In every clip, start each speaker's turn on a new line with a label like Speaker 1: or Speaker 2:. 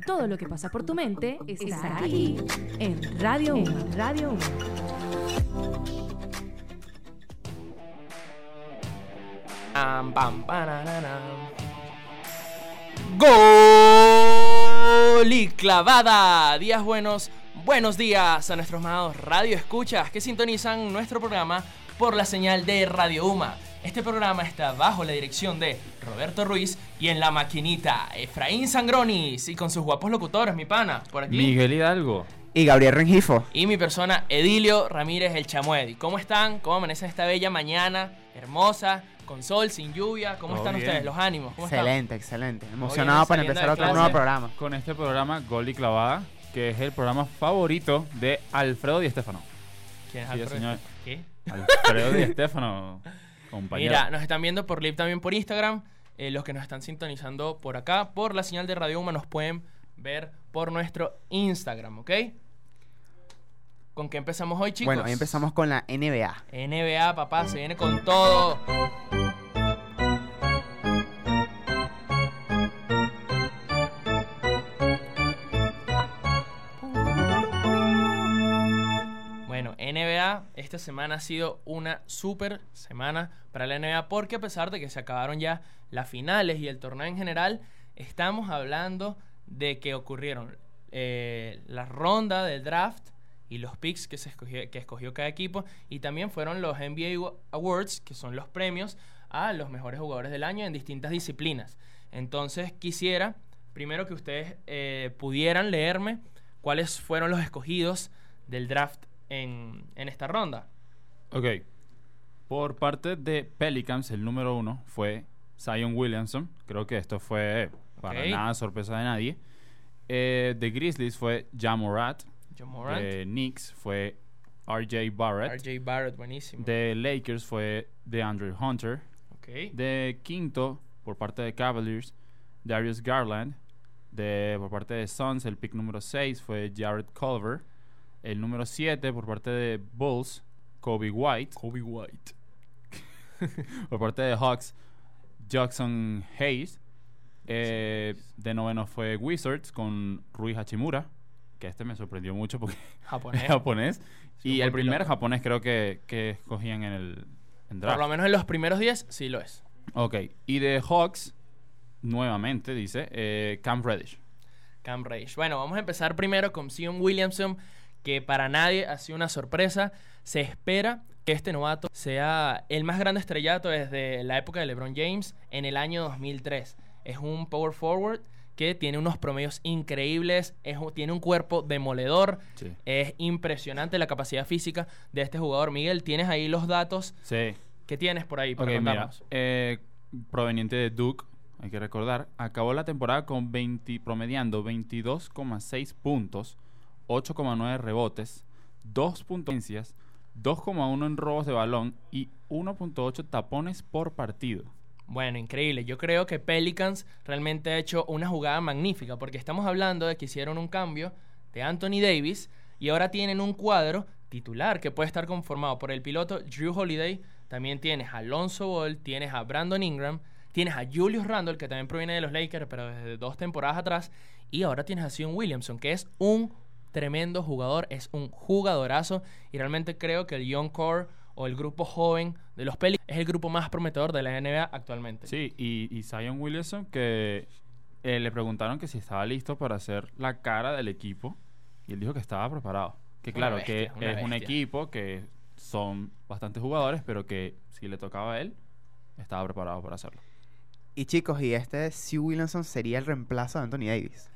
Speaker 1: Todo lo que pasa por tu mente está aquí en Radio Uma. Radio Uma.
Speaker 2: Pam, pananana. ¡Gol y clavada! Días buenos, buenos días a nuestros amados radio escuchas que sintonizan nuestro programa por la señal de Radio Uma. Este programa está bajo la dirección de Roberto Ruiz y en la maquinita Efraín Sangronis y con sus guapos locutores, mi pana, por aquí.
Speaker 3: Miguel Hidalgo.
Speaker 4: Y Gabriel Rengifo.
Speaker 2: Y mi persona, Edilio Ramírez el Chamuedi. ¿Cómo están? ¿Cómo amanecen esta bella mañana hermosa, con sol, sin lluvia? ¿Cómo están ustedes? ¿Los ánimos? ¿Cómo
Speaker 4: excelente,
Speaker 2: están?
Speaker 4: excelente. Emocionado para empezar otro nuevo programa.
Speaker 3: Con este programa, Gol y Clavada, que es el programa favorito de Alfredo Di Stéfano.
Speaker 2: ¿Quién es
Speaker 3: Sí,
Speaker 2: Alfredo?
Speaker 3: señor.
Speaker 2: ¿Qué?
Speaker 3: Alfredo Di Stéfano, compañero.
Speaker 2: Mira, nos están viendo por Live, también por Instagram. Los que nos están sintonizando por acá, por la señal de Radio Uma, nos pueden ver por nuestro Instagram, ¿ok? ¿Con qué empezamos hoy, chicos?
Speaker 4: Bueno, hoy empezamos con la NBA.
Speaker 2: NBA, papá, se viene con todo. Bueno, NBA, esta semana ha sido una súper semana para la NBA porque a pesar de que se acabaron ya las finales y el torneo en general, estamos hablando de que ocurrieron la ronda del draft y los picks que escogió cada equipo, y también fueron los NBA Awards, que son los premios a los mejores jugadores del año en distintas disciplinas. Entonces quisiera primero que ustedes pudieran leerme cuáles fueron los escogidos del draft en esta ronda.
Speaker 3: Ok. Por parte de Pelicans, el número 1 fue Zion Williamson. Creo que esto fue para nada sorpresa de nadie. De Grizzlies fue Ja Morant. De Knicks fue RJ Barrett.
Speaker 2: RJ Barrett, buenísimo.
Speaker 3: De Lakers fue DeAndre Hunter.
Speaker 2: Okay.
Speaker 3: De quinto, por parte de Cavaliers, Darius Garland. Por parte de Suns, el pick número 6 fue Jared Culver. El número 7, por parte de Bulls, Kobe White. Por parte de Hawks, Jackson Hayes. De noveno fue Wizards con Rui Hachimura, que me sorprendió mucho porque
Speaker 2: japonés.
Speaker 3: es japonés.
Speaker 2: Sí,
Speaker 3: y el primer japonés creo que escogían en draft.
Speaker 2: Por lo menos en los primeros 10 sí lo es.
Speaker 3: Ok. Y de Hawks, nuevamente dice Cam Reddish.
Speaker 2: Cam Reddish. Bueno, vamos a empezar primero con Zion Williamson, que para nadie ha sido una sorpresa. Se espera que este novato sea el más grande estrellato desde la época de LeBron James en el año 2003. Es un power forward que tiene unos promedios increíbles, tiene un cuerpo demoledor.
Speaker 3: Sí.
Speaker 2: Es impresionante la capacidad física de este jugador. Miguel, ¿tienes ahí los datos?
Speaker 3: Sí.
Speaker 2: ¿Qué tienes por ahí para
Speaker 3: Ok, mira,
Speaker 2: contarnos?
Speaker 3: proveniente de Duke, hay que recordar, acabó la temporada con promediando 22,6 puntos, 8,9 rebotes, 2 puntuancias, 2,1 en robos de balón y 1,8 tapones por partido.
Speaker 2: Bueno, increíble. Yo creo que Pelicans realmente ha hecho una jugada magnífica, porque estamos hablando de que hicieron un cambio de Anthony Davis y ahora tienen un cuadro titular que puede estar conformado por el piloto Jrue Holiday. También tienes a Lonzo Ball, tienes a Brandon Ingram, tienes a Julius Randle, que también proviene de los Lakers, pero desde 2 temporadas atrás, y ahora tienes a Zion Williamson, que es un tremendo jugador, es un jugadorazo, y realmente creo que el Young Core o el grupo joven de los Pelicans es el grupo más prometedor de la NBA actualmente.
Speaker 3: Sí, y Zion Williamson, que le preguntaron que si estaba listo para ser la cara del equipo, y él dijo que estaba preparado. Que claro,
Speaker 2: bestia,
Speaker 3: que es un equipo que son bastantes jugadores, pero que si le tocaba a él, estaba preparado para hacerlo.
Speaker 4: Y chicos, ¿y Zion Williamson sería el reemplazo de Anthony Davis?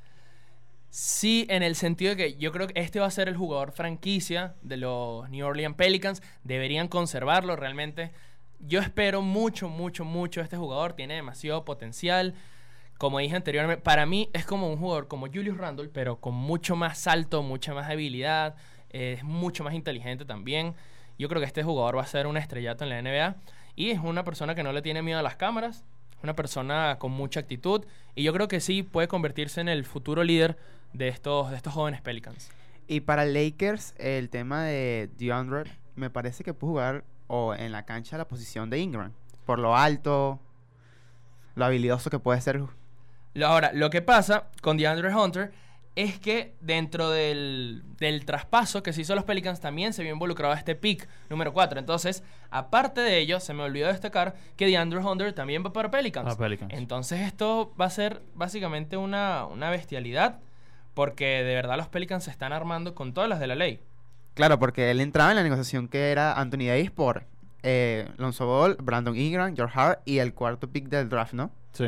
Speaker 2: Sí, en el sentido de que yo creo que este va a ser el jugador franquicia de los New Orleans Pelicans. Deberían conservarlo realmente. Yo espero mucho de este jugador. Tiene demasiado potencial. Como dije anteriormente, para mí es como un jugador como Julius Randle, pero con mucho más salto, mucha más habilidad. Es mucho más inteligente también. Yo creo que este jugador va a ser un estrellato en la NBA. Y es una persona que no le tiene miedo a las cámaras. Una persona con mucha actitud. Y yo creo que sí puede convertirse en el futuro líder de estos jóvenes Pelicans.
Speaker 4: Y para Lakers, el tema de DeAndre, me parece que puede jugar en la cancha la posición de Ingram. Por lo alto, lo habilidoso que puede ser.
Speaker 2: Ahora, lo que pasa con DeAndre Hunter es que dentro del traspaso que se hizo a los Pelicans también se vio involucrado este pick número 4. Entonces, aparte de ello, se me olvidó destacar que DeAndre Hunter también va para Pelicans. Entonces, esto va a ser básicamente una bestialidad, porque de verdad los Pelicans se están armando con todas las de la ley.
Speaker 4: Claro, porque él entraba en la negociación que era Anthony Davis por Lonzo Ball, Brandon Ingram, George Hart y el cuarto pick del draft, ¿no?
Speaker 3: Sí.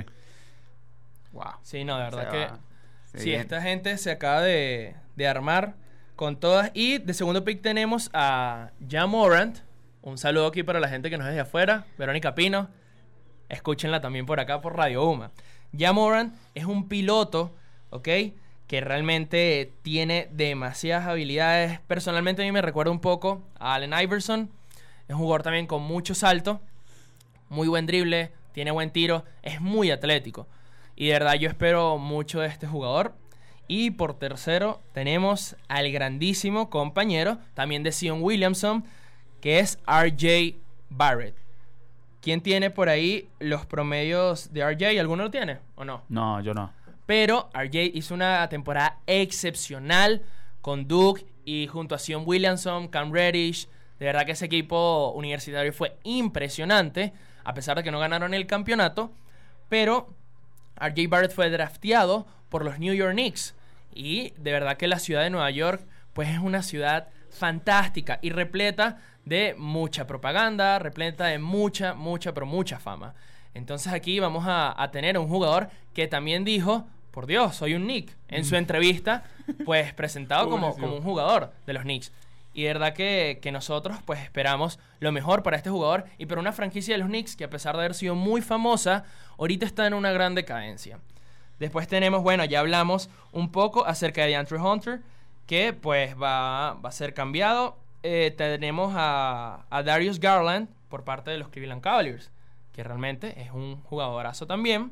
Speaker 4: Wow.
Speaker 2: Sí, no, de verdad
Speaker 4: Se
Speaker 2: que...
Speaker 4: va.
Speaker 2: Sí,
Speaker 4: bien.
Speaker 2: esta gente se acaba de armar con todas. Y de segundo pick tenemos a Ja Morant. Un saludo aquí para la gente que nos es de afuera. Verónica Pino. Escúchenla también por acá por Radio Uma. Ja Morant es un piloto, ¿ok? Que realmente tiene demasiadas habilidades. Personalmente a mí me recuerda un poco a Allen Iverson. Es un jugador también con mucho salto. Muy buen drible. Tiene buen tiro. Es muy atlético. Y de verdad yo espero mucho de este jugador. Y por tercero tenemos al grandísimo compañero, también de Zion Williamson, que es RJ Barrett. ¿Quién tiene por ahí los promedios de RJ? ¿Alguno lo tiene o no?
Speaker 3: No, yo no.
Speaker 2: Pero RJ hizo una temporada excepcional con Duke y junto a Zion Williamson, Cam Reddish. De verdad que ese equipo universitario fue impresionante, a pesar de que no ganaron el campeonato. Pero RJ Barrett fue drafteado por los New York Knicks. Y de verdad que la ciudad de Nueva York pues es una ciudad fantástica y repleta de mucha propaganda, repleta de mucha fama. Entonces aquí vamos a tener un jugador que también dijo, por Dios, soy un Knick, en su entrevista, pues presentado como un jugador de los Knicks. Y de verdad que nosotros pues esperamos lo mejor para este jugador y para una franquicia de los Knicks que a pesar de haber sido muy famosa, ahorita está en una gran decadencia. Después tenemos, bueno, ya hablamos un poco acerca de DeAndre Hunter, que pues va a ser cambiado. Tenemos a Darius Garland por parte de los Cleveland Cavaliers, que realmente es un jugadorazo también.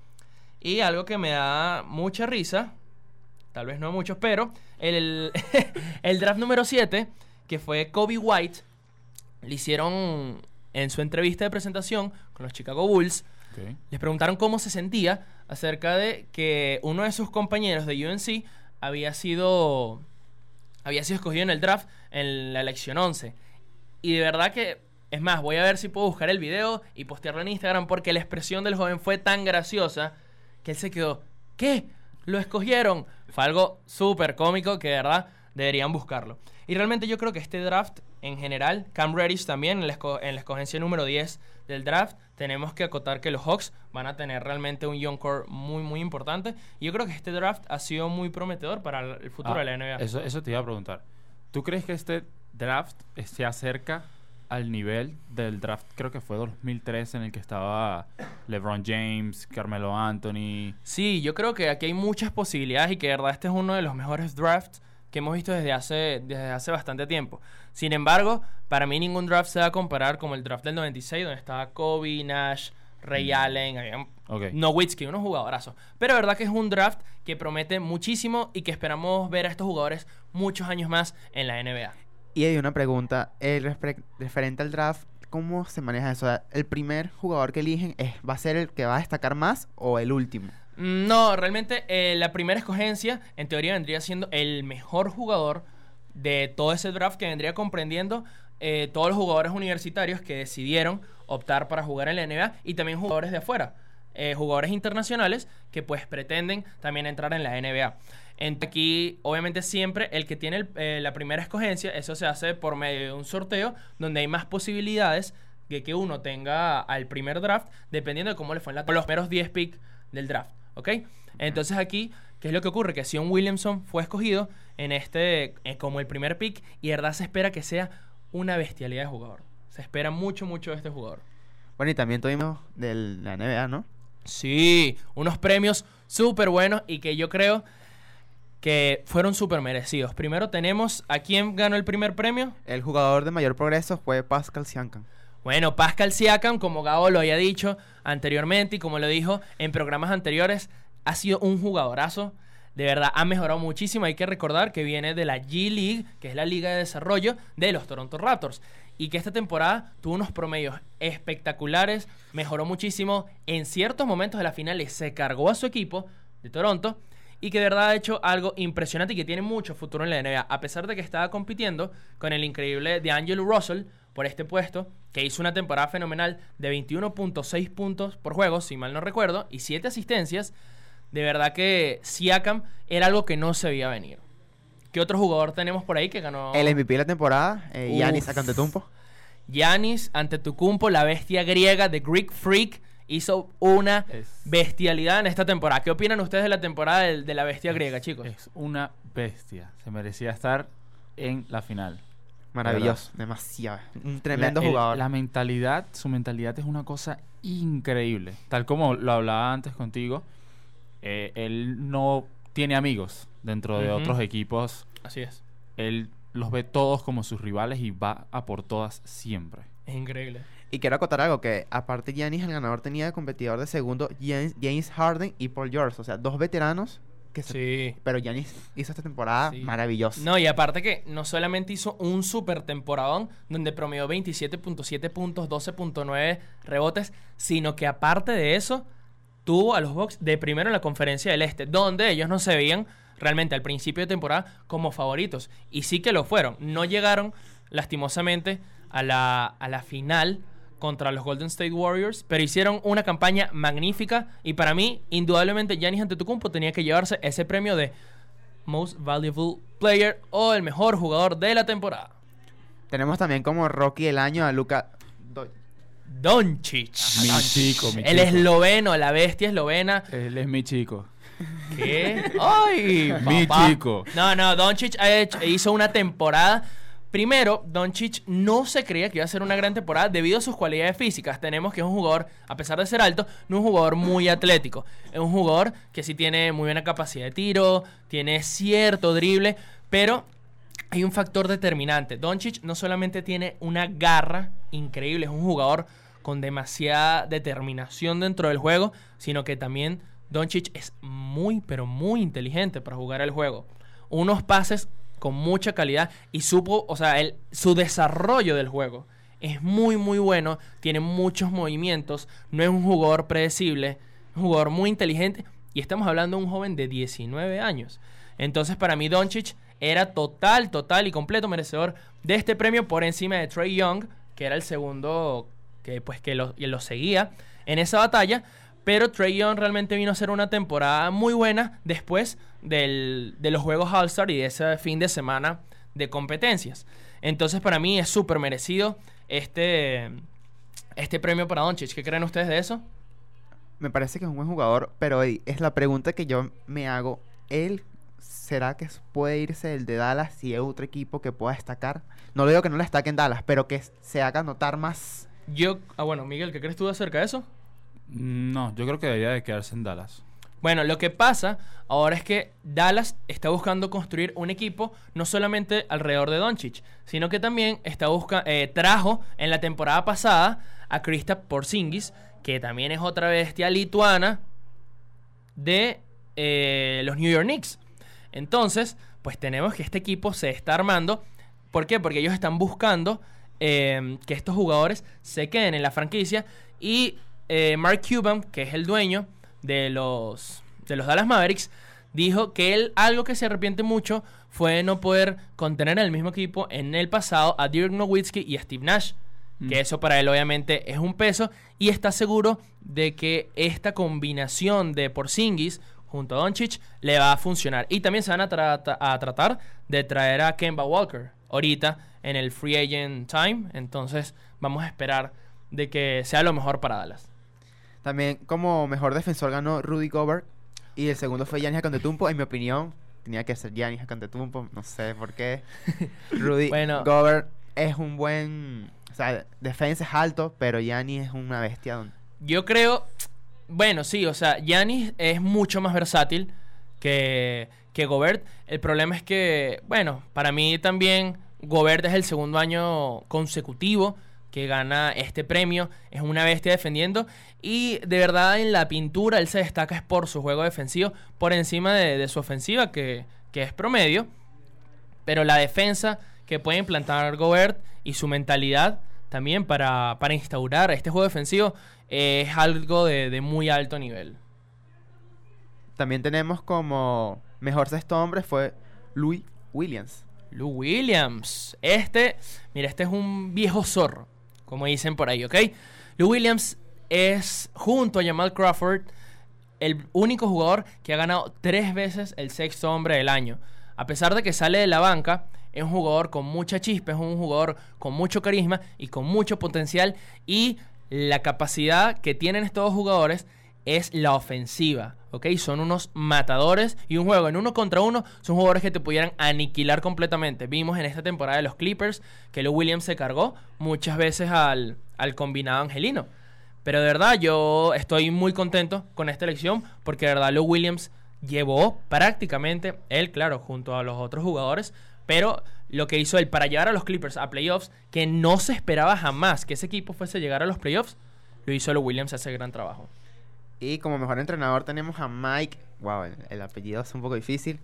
Speaker 2: Y algo que me da mucha risa, tal vez no muchos, pero el draft número 7, que fue Kobe White, le hicieron en su entrevista de presentación con los Chicago Bulls.
Speaker 3: Okay.
Speaker 2: Les preguntaron cómo se sentía acerca de que uno de sus compañeros de UNC había sido escogido en el draft en la elección 11. Y de verdad que, es más, voy a ver si puedo buscar el video y postearlo en Instagram, porque la expresión del joven fue tan graciosa que él se quedó, ¿qué? ¿Lo escogieron? Fue algo súper cómico que de verdad deberían buscarlo. Y realmente yo creo que este draft en general, Cam Reddish también en la escogencia número 10 del draft, tenemos que acotar que los Hawks van a tener realmente un young core muy importante. Y yo creo que este draft ha sido muy prometedor para el futuro de la NBA.
Speaker 3: Eso te iba a preguntar. ¿Tú crees que este draft se acerca al nivel del draft, creo que fue 2003, en el que estaba LeBron James, Carmelo Anthony?
Speaker 2: Sí, yo creo que aquí hay muchas posibilidades y que de verdad este es uno de los mejores drafts que hemos visto desde hace bastante tiempo. Sin embargo, para mí ningún draft se va a comparar como el draft del 96, donde estaba Kobe, Nash, Ray Allen, había Nowitzki, unos jugadorazos. Pero de verdad que es un draft que promete muchísimo y que esperamos ver a estos jugadores muchos años más en la NBA.
Speaker 4: Y hay una pregunta referente al draft. ¿Cómo se maneja eso? ¿El primer jugador que eligen va a ser el que va a destacar más o el último?
Speaker 2: No, realmente la primera escogencia en teoría vendría siendo el mejor jugador de todo ese draft, que vendría comprendiendo todos los jugadores universitarios que decidieron optar para jugar en la NBA y también jugadores de afuera, jugadores internacionales que pues pretenden también entrar en la NBA. Aquí, obviamente, siempre el que tiene la primera escogencia, eso se hace por medio de un sorteo donde hay más posibilidades de que uno tenga al primer draft, dependiendo de cómo le fue en los primeros 10 picks del draft, ¿ok? Entonces aquí, ¿qué es lo que ocurre? Que Zion Williamson fue escogido en como el primer pick, y de verdad se espera que sea una bestialidad de jugador. Se espera mucho de este jugador.
Speaker 4: Bueno, y también tuvimos de la NBA, ¿no?
Speaker 2: Sí, unos premios súper buenos y que yo creo que fueron súper merecidos. Primero tenemos, ¿a quién ganó el primer premio?
Speaker 4: El jugador de mayor progreso fue Pascal Siakam.
Speaker 2: Bueno, Pascal Siakam, como Gabo lo había dicho anteriormente y como lo dijo en programas anteriores, ha sido un jugadorazo. De verdad, ha mejorado muchísimo. Hay que recordar que viene de la G League, que es la liga de desarrollo de los Toronto Raptors. y que esta temporada tuvo unos promedios espectaculares, mejoró muchísimo, en ciertos momentos de las finales se cargó a su equipo de Toronto y que de verdad ha hecho algo impresionante y que tiene mucho futuro en la NBA, a pesar de que estaba compitiendo con el increíble D'Angelo Russell por este puesto, que hizo una temporada fenomenal de 21.6 puntos por juego, si mal no recuerdo, y 7 asistencias. De verdad que Siakam era algo que no se veía venir. ¿Qué otro jugador tenemos por ahí que ganó?
Speaker 4: El MVP de la temporada, Giannis
Speaker 2: Uf.
Speaker 4: Antetokounmpo.
Speaker 2: Giannis Antetokounmpo, la bestia griega de Greek Freak, hizo una bestialidad en esta temporada. ¿Qué opinan ustedes de la temporada de la bestia griega, chicos?
Speaker 3: Es una bestia. Se merecía estar en la final.
Speaker 4: Maravilloso, demasiado. Un tremendo jugador.
Speaker 3: Su mentalidad es una cosa increíble. Tal como lo hablaba antes contigo, él no tiene amigos dentro de otros equipos.
Speaker 2: Así es.
Speaker 3: Él los ve todos como sus rivales y va a por todas siempre.
Speaker 2: Es increíble.
Speaker 4: Y quiero acotar algo, que aparte Giannis, el ganador tenía de competidor de segundo James Harden y Paul George. O sea, dos veteranos
Speaker 2: Sí.
Speaker 4: pero Giannis hizo esta temporada maravillosa.
Speaker 2: No, y aparte que no solamente hizo un super temporadón donde promedió 27.7 puntos, 12.9 rebotes, sino que aparte de eso tuvo a los Bucks de primero en la Conferencia del Este, donde ellos no se veían realmente al principio de temporada como favoritos. Y sí que lo fueron. No llegaron, lastimosamente, a la final contra los Golden State Warriors, pero hicieron una campaña magnífica y para mí, indudablemente, Giannis Antetokounmpo tenía que llevarse ese premio de Most Valuable Player o el mejor jugador de la temporada.
Speaker 4: Tenemos también como Rookie del año a Luka
Speaker 2: Doncic.
Speaker 3: Mi chico.
Speaker 2: El esloveno, la bestia eslovena.
Speaker 3: Él es mi chico.
Speaker 2: ¿Qué? ¡Ay,
Speaker 3: Mi
Speaker 2: papá!
Speaker 3: chico.
Speaker 2: No, Doncic hizo una temporada. Primero, Doncic no se creía que iba a ser una gran temporada debido a sus cualidades físicas. Tenemos que es un jugador, a pesar de ser alto, no es un jugador muy atlético. Es un jugador que sí tiene muy buena capacidad de tiro, tiene cierto drible, pero hay un factor determinante. Doncic no solamente tiene una garra increíble, es un jugador con demasiada determinación dentro del juego, sino que también Doncic es muy, pero muy inteligente para jugar el juego. Unos pases con mucha calidad y supo, o sea, su desarrollo del juego es muy, muy bueno. Tiene muchos movimientos, no es un jugador predecible, es un jugador muy inteligente y estamos hablando de un joven de 19 años. Entonces, para mí, Doncic era total y completo merecedor de este premio por encima de Trae Young, que era el segundo que lo seguía en esa batalla. Pero Trae Young realmente vino a ser una temporada muy buena después de los Juegos All-Star y de ese fin de semana de competencias. Entonces, para mí es súper merecido este premio para Doncic. ¿Qué creen ustedes de eso?
Speaker 4: Me parece que es un buen jugador, pero es la pregunta que yo me hago. ¿Él será que puede irse del de Dallas si hay otro equipo que pueda destacar? No le digo que no le destaque en Dallas, pero que se haga notar más.
Speaker 2: Bueno, Miguel, ¿qué crees tú acerca de eso?
Speaker 3: No, yo creo que debería de quedarse en Dallas.
Speaker 2: Bueno, lo que pasa ahora es que Dallas está buscando construir un equipo no solamente alrededor de Doncic, sino que también trajo en la temporada pasada a Kristaps Porzingis, que también es otra bestia lituana de los New York Knicks. Entonces, pues tenemos que este equipo se está armando. ¿Por qué? Porque ellos están buscando que estos jugadores se queden en la franquicia y Mark Cuban, que es el dueño de los Dallas Mavericks, dijo que algo que se arrepiente mucho fue no poder contener en el mismo equipo en el pasado a Dirk Nowitzki y a Steve Nash. Que eso para él obviamente es un peso y está seguro de que esta combinación de Porzingis junto a Doncic le va a funcionar. Y también se van a tratar de traer a Kemba Walker ahorita en el Free Agent Time. Entonces vamos a esperar de que sea lo mejor para Dallas.
Speaker 4: También como mejor defensor ganó Rudy Gobert y el segundo fue Giannis Antetokounmpo. En mi opinión, tenía que ser Giannis Antetokounmpo, no sé por qué. Rudy Gobert es un buen... O sea, defensa es alto, pero Giannis es una bestia.
Speaker 2: Yo creo... Bueno, sí, o sea, Giannis es mucho más versátil que Gobert. El problema es que, bueno, para mí también Gobert es el segundo año consecutivo que gana este premio. Es una bestia defendiendo. Y de verdad en la pintura él se destaca es por su juego defensivo, por encima de su ofensiva, que es promedio. Pero la defensa que puede implantar Gobert y su mentalidad también para instaurar este juego defensivo es algo de muy alto nivel.
Speaker 4: También tenemos como mejor sexto hombre fue Lou Williams.
Speaker 2: Lou Williams. Mira, este es un viejo zorro, como dicen por ahí, ¿ok? Lou Williams es, junto a Jamal Crawford, el único jugador que ha ganado 3 veces el sexto hombre del año. A pesar de que sale de la banca, es un jugador con mucha chispa, es un jugador con mucho carisma y con mucho potencial. Y la capacidad que tienen estos dos jugadores es la ofensiva, ¿ok? Son unos matadores y un juego en 1 contra 1 son jugadores que te pudieran aniquilar completamente. Vimos en esta temporada de los Clippers que Lou Williams se cargó muchas veces al combinado angelino. Pero de verdad yo estoy muy contento con esta elección porque de verdad Lou Williams llevó prácticamente, él claro, junto a los otros jugadores, pero lo que hizo él para llevar a los Clippers a playoffs, que no se esperaba jamás que ese equipo fuese a llegar a los playoffs, lo hizo Lou Williams, ese gran trabajo.
Speaker 4: Y como mejor entrenador tenemos a Mike, wow, el apellido es un poco difícil,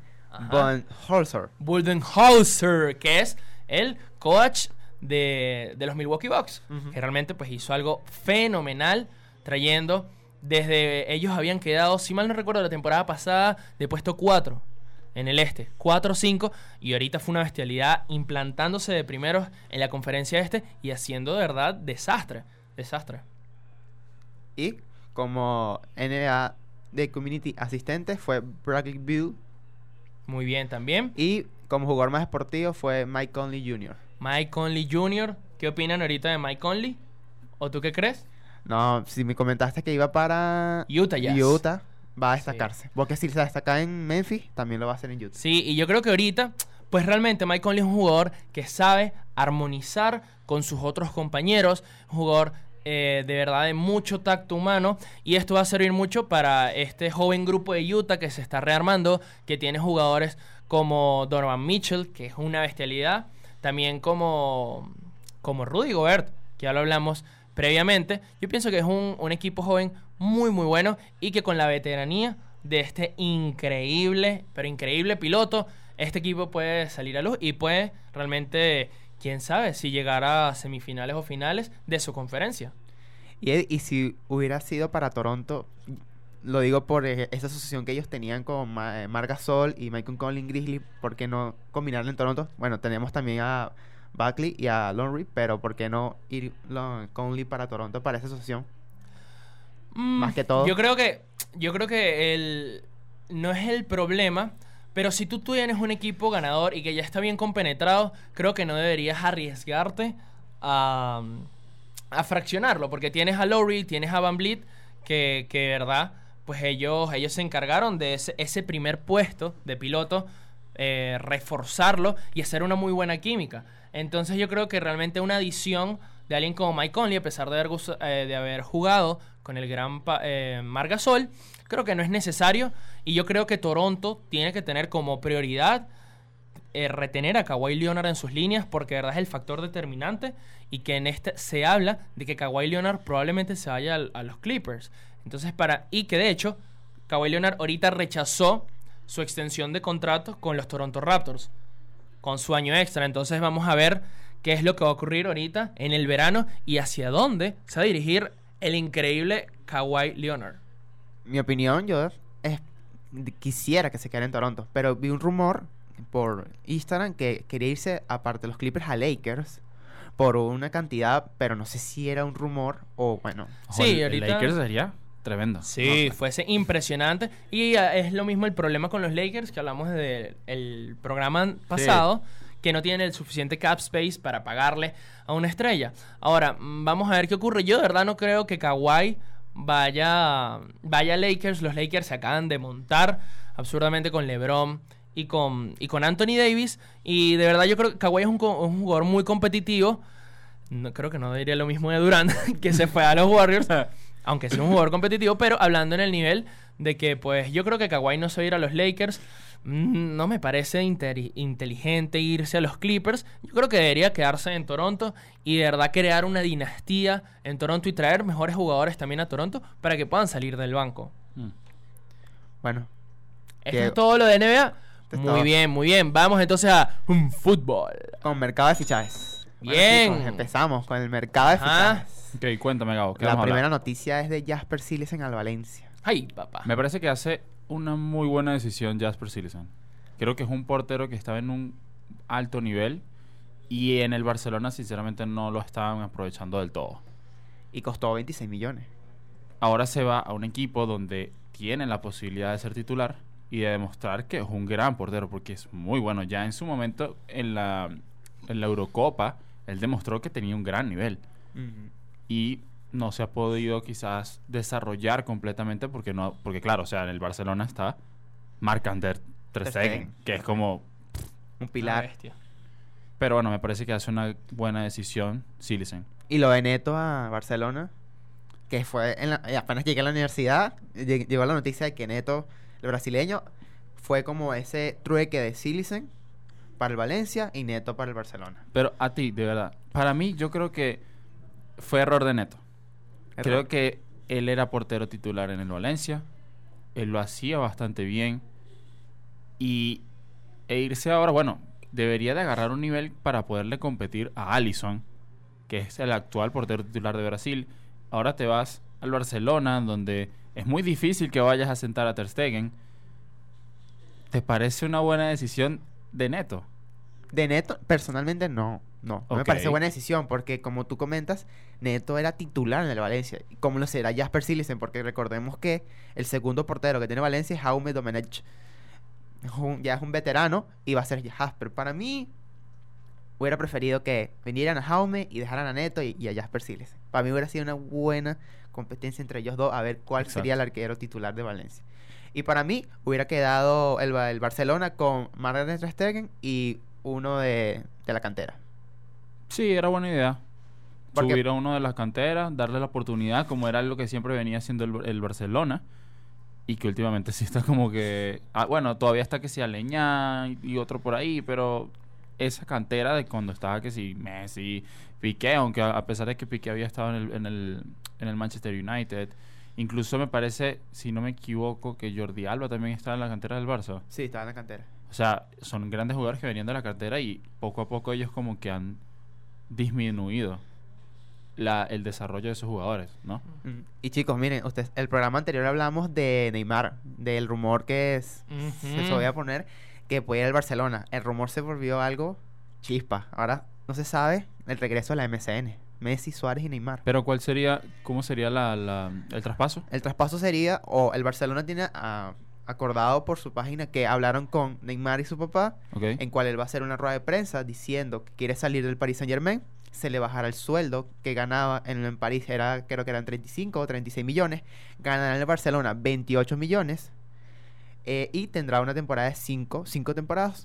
Speaker 2: Budenholzer, que es el coach de los Milwaukee Bucks, que realmente pues hizo algo fenomenal, trayendo desde ellos habían quedado, si mal no recuerdo, la temporada pasada de puesto 4 en el este, 4-5, y ahorita fue una bestialidad implantándose de primeros en la conferencia este y haciendo de verdad desastre.
Speaker 4: Y como NBA de Community asistente fue Bradley Beal.
Speaker 2: Muy bien también.
Speaker 4: Y como jugador más deportivo fue Mike Conley Jr.
Speaker 2: Mike Conley Jr. ¿Qué opinan ahorita de Mike Conley? ¿O tú qué crees?
Speaker 4: No, si me comentaste que iba para
Speaker 2: Utah Jazz.
Speaker 4: Utah, va a destacarse. Sí. Porque si se destaca en Memphis, también lo va a hacer en Utah.
Speaker 2: Sí, y yo creo que ahorita, pues realmente Mike Conley es un jugador que sabe armonizar con sus otros compañeros, un jugador de verdad de mucho tacto humano, y esto va a servir mucho para este joven grupo de Utah que se está rearmando, que tiene jugadores como Donovan Mitchell, que es una bestialidad, también como Rudy Gobert, que ya lo hablamos previamente. Yo pienso que es un equipo joven muy muy bueno y que con la veteranía de este increíble piloto, este equipo puede salir a luz y puede realmente, quién sabe, si llegar a semifinales o finales de su conferencia.
Speaker 4: Y si hubiera sido para Toronto, lo digo por esa asociación que ellos tenían con Marc Gasol y Michael Conley Grizzly, ¿por qué no combinarlo en Toronto? Bueno, tenemos también a Buckley y a Lonry, pero ¿por qué no ir Conley para Toronto para esa asociación? Más que todo.
Speaker 2: Yo creo que no es el problema, pero si tú tienes un equipo ganador y que ya está bien compenetrado, creo que no deberías arriesgarte a fraccionarlo, porque tienes a Lowry, tienes a VanVleet, que de verdad, pues ellos se encargaron de ese primer puesto de piloto, reforzarlo y hacer una muy buena química. Entonces yo creo que realmente una adición de alguien como Mike Conley, a pesar de haber jugado con el gran Marc Gasol, creo que no es necesario, y yo creo que Toronto tiene que tener como prioridad retener a Kawhi Leonard en sus líneas, porque de verdad es el factor determinante, y que en este se habla de que Kawhi Leonard probablemente se vaya a los Clippers. Entonces y que de hecho Kawhi Leonard ahorita rechazó su extensión de contrato con los Toronto Raptors, con su año extra. Entonces vamos a ver qué es lo que va a ocurrir ahorita en el verano y hacia dónde se va a dirigir el increíble Kawhi Leonard.
Speaker 4: Mi opinión, yo quisiera que se quedara en Toronto, pero vi un rumor por Instagram que quería irse aparte de los Clippers a Lakers por una cantidad, pero no sé si era un rumor o bueno.
Speaker 3: Sí, ahorita Lakers sería tremendo.
Speaker 2: Sí, no, fuese impresionante. Y es lo mismo el problema con los Lakers que hablamos del programa pasado, que no tienen el suficiente cap space para pagarle a una estrella. Ahora, vamos a ver qué ocurre. Yo de verdad no creo que Kawhi vaya a Lakers. Los Lakers se acaban de montar absurdamente con LeBron y con Anthony Davis, y de verdad yo creo que Kawhi es un jugador muy competitivo. No, creo que no diría lo mismo de Durant, que se fue a los Warriors, aunque es un jugador competitivo, pero hablando en el nivel de que pues yo creo que Kawhi no se va a ir a los Lakers. No me parece inteligente irse a los Clippers. Yo creo que debería quedarse en Toronto y de verdad crear una dinastía en Toronto y traer mejores jugadores también a Toronto para que puedan salir del banco.
Speaker 4: Bueno,
Speaker 2: esto es todo lo de NBA. Muy bien, muy bien. Vamos entonces a un fútbol.
Speaker 4: Con mercado de fichajes.
Speaker 2: Bien.
Speaker 4: Bueno, chicos, empezamos con el mercado de fichajes.
Speaker 3: Ok, cuéntame, Gabo. ¿Qué
Speaker 4: La
Speaker 3: vamos a
Speaker 4: primera
Speaker 3: hablar?
Speaker 4: noticia es de Jasper Cillessen al Valencia.
Speaker 2: Ay, papá.
Speaker 3: Me parece que hace una muy buena decisión Jasper Cillessen. Creo que es un portero que estaba en un alto nivel y en el Barcelona sinceramente no lo estaban aprovechando del todo.
Speaker 4: Y costó 26 millones.
Speaker 3: Ahora se va a un equipo donde tiene la posibilidad de ser titular y de demostrar que es un gran portero porque es muy bueno. Ya en su momento en la Eurocopa él demostró que tenía un gran nivel. Y no se ha podido quizás desarrollar completamente porque claro, o sea, en el Barcelona está Marc-André Ter Stegen, que es como
Speaker 4: un pilar.
Speaker 2: Bestia.
Speaker 3: Pero bueno, me parece que hace una buena decisión Cillessen.
Speaker 4: Y lo de Neto a Barcelona, que fue apenas llegué a la universidad, llegó la noticia de que Neto, el brasileño, fue como ese trueque de Cillessen para el Valencia y Neto para el Barcelona.
Speaker 3: Pero a ti, de verdad, para mí yo creo que fue error de Neto. Creo que él era portero titular en el Valencia, él lo hacía bastante bien e irse ahora, bueno, debería de agarrar un nivel para poderle competir a Alisson, que es el actual portero titular de Brasil. Ahora te vas al Barcelona, donde es muy difícil que vayas a sentar a Ter Stegen. ¿Te parece una buena decisión de Neto?
Speaker 4: De Neto, personalmente no me
Speaker 3: Ok.
Speaker 4: parece buena decisión, porque como tú comentas, Neto era titular en el Valencia. ¿Y cómo lo será Jasper Cillessen? Porque recordemos que el segundo portero que tiene Valencia es Jaume Domenech. Ya es un veterano y va a ser Jasper. Para mí, hubiera preferido que vinieran a Jaume y dejaran a Neto y a Jasper Cillessen. Para mí hubiera sido una buena competencia entre ellos dos, a ver cuál sería el arquero titular de Valencia. Y para mí hubiera quedado el Barcelona con Marc-André Ter Stegen y uno de la cantera.
Speaker 3: Sí, era buena idea.
Speaker 4: Porque-
Speaker 3: Subir a uno de las canteras, darle la oportunidad, como era lo que siempre venía haciendo el Barcelona. Y que últimamente sí está como que... bueno, todavía está que sí Aleñá y otro por ahí, pero esa cantera de cuando estaba que sí Messi, Piqué, aunque a pesar de que Piqué había estado en el Manchester United. Incluso me parece, si no me equivoco, que Jordi Alba también está en la cantera del Barça.
Speaker 4: Sí, estaba en la cantera.
Speaker 3: O sea, son grandes jugadores que venían de la cantera y poco a poco ellos como que han disminuido el desarrollo de esos jugadores, ¿no?
Speaker 4: Y chicos, miren, ustedes, el programa anterior hablamos de Neymar, del rumor que se voy a poner que puede ir al Barcelona. El rumor se volvió algo chispa. Ahora no se sabe el regreso de la MSN. Messi, Suárez y Neymar.
Speaker 3: Pero ¿cómo sería el traspaso?
Speaker 4: El traspaso sería, o el Barcelona tiene acordado por su página que hablaron con Neymar y su papá,
Speaker 3: Ok.
Speaker 4: en cual él va a hacer una rueda de prensa diciendo que quiere salir del Paris Saint-Germain, se le bajará el sueldo que ganaba en París, creo que eran 35 o 36 millones, ganará en el Barcelona 28 millones y tendrá una temporada de 5 temporadas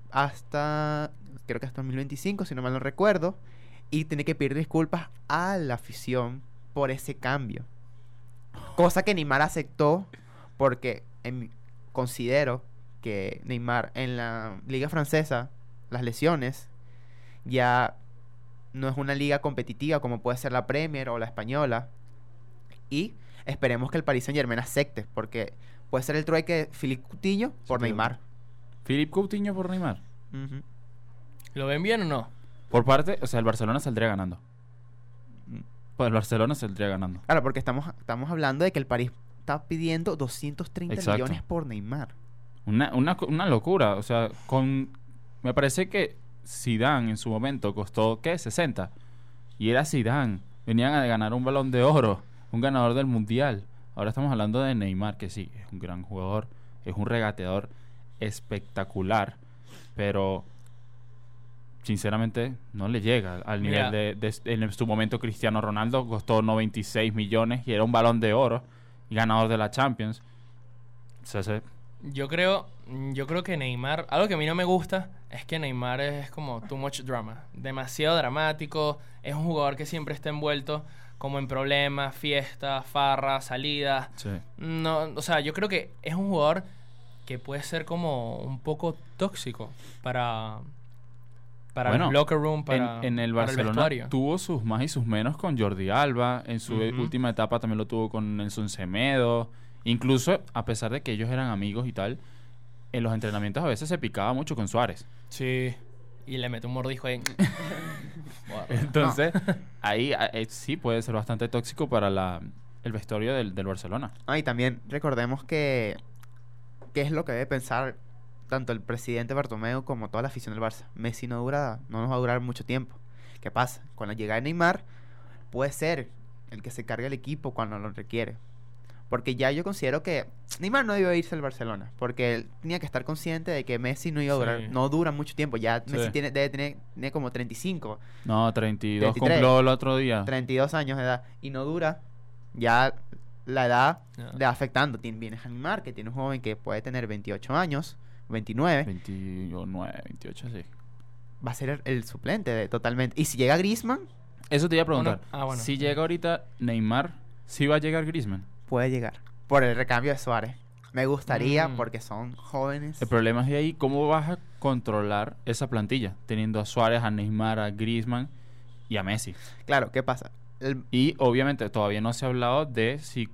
Speaker 4: creo que hasta 2025, si no mal no recuerdo, y tiene que pedir disculpas a la afición por ese cambio. Cosa que Neymar aceptó porque considero que Neymar en la liga francesa, las lesiones, ya no es una liga competitiva como puede ser la Premier o la española. Y esperemos que el Paris Saint-Germain acepte, porque puede ser el trueque de Philippe Coutinho por Neymar.
Speaker 3: Philippe Coutinho por Neymar.
Speaker 4: Ujú.
Speaker 2: ¿Lo ven bien o no?
Speaker 3: Por parte, o sea, el Barcelona saldría ganando. Pues el Barcelona saldría ganando.
Speaker 4: Claro, porque estamos hablando de que el París está pidiendo 230
Speaker 3: Exacto.
Speaker 4: millones por Neymar.
Speaker 3: Una locura. O sea, me parece que Zidane en su momento costó, ¿qué? 60. Y era Zidane. Venían a ganar un Balón de Oro, un ganador del Mundial. Ahora estamos hablando de Neymar, que sí, es un gran jugador, es un regateador espectacular, pero sinceramente no le llega al
Speaker 2: Mira.
Speaker 3: nivel en su momento Cristiano Ronaldo costó 96 millones y era un Balón de Oro y ganador de la Champions. O sea,
Speaker 2: Yo creo que Neymar, algo que a mí no me gusta es que Neymar es como too much drama, demasiado dramático, es un jugador que siempre está envuelto como en problemas, fiestas, farras, salidas.
Speaker 3: sí.
Speaker 2: No, o sea, yo creo que es un jugador que puede ser como un poco tóxico para
Speaker 3: Bueno,
Speaker 2: el locker room, para
Speaker 3: en el
Speaker 2: para
Speaker 3: Barcelona
Speaker 2: vestuario.
Speaker 3: tuvo sus más y sus menos con Jordi Alba. En su
Speaker 2: Ujú.
Speaker 3: última etapa también lo tuvo con Nelson Semedo. Incluso, a pesar de que ellos eran amigos y tal, en los entrenamientos a veces se picaba mucho con Suárez.
Speaker 2: Sí. Y le mete un mordisco ahí.
Speaker 3: Entonces, ahí sí puede ser bastante tóxico para el vestuario del Barcelona.
Speaker 4: Y también recordemos que qué es lo que debe pensar tanto el presidente Bartomeu como toda la afición del Barça. Messi no nos va a durar mucho tiempo. ¿Qué pasa? Con la llegada de Neymar, puede ser el que se cargue el equipo cuando lo requiere. Porque ya yo considero que Neymar no debió irse al Barcelona, porque él tenía que estar consciente de que Messi no iba a durar, no dura mucho tiempo. Ya Messi debe tener como 35.
Speaker 3: No, 32
Speaker 4: 33,
Speaker 3: cumplió el otro día.
Speaker 4: 32 años de edad y no dura. Ya la edad le va afectando. Vienes a Neymar, que tiene un joven que puede tener 28 años, 29.
Speaker 3: 29, 28, sí.
Speaker 4: Va a ser el suplente totalmente. Y si llega Griezmann...
Speaker 3: Eso te iba a preguntar.
Speaker 2: Bueno.
Speaker 3: Si llega ahorita Neymar, ¿sí va a llegar Griezmann?
Speaker 4: Puede llegar. Por el recambio de Suárez. Me gustaría porque son jóvenes.
Speaker 3: El problema es de ahí, ¿cómo vas a controlar esa plantilla? Teniendo a Suárez, a Neymar, a Griezmann y a Messi.
Speaker 4: Claro, ¿qué pasa?
Speaker 3: Y obviamente todavía no se ha hablado de si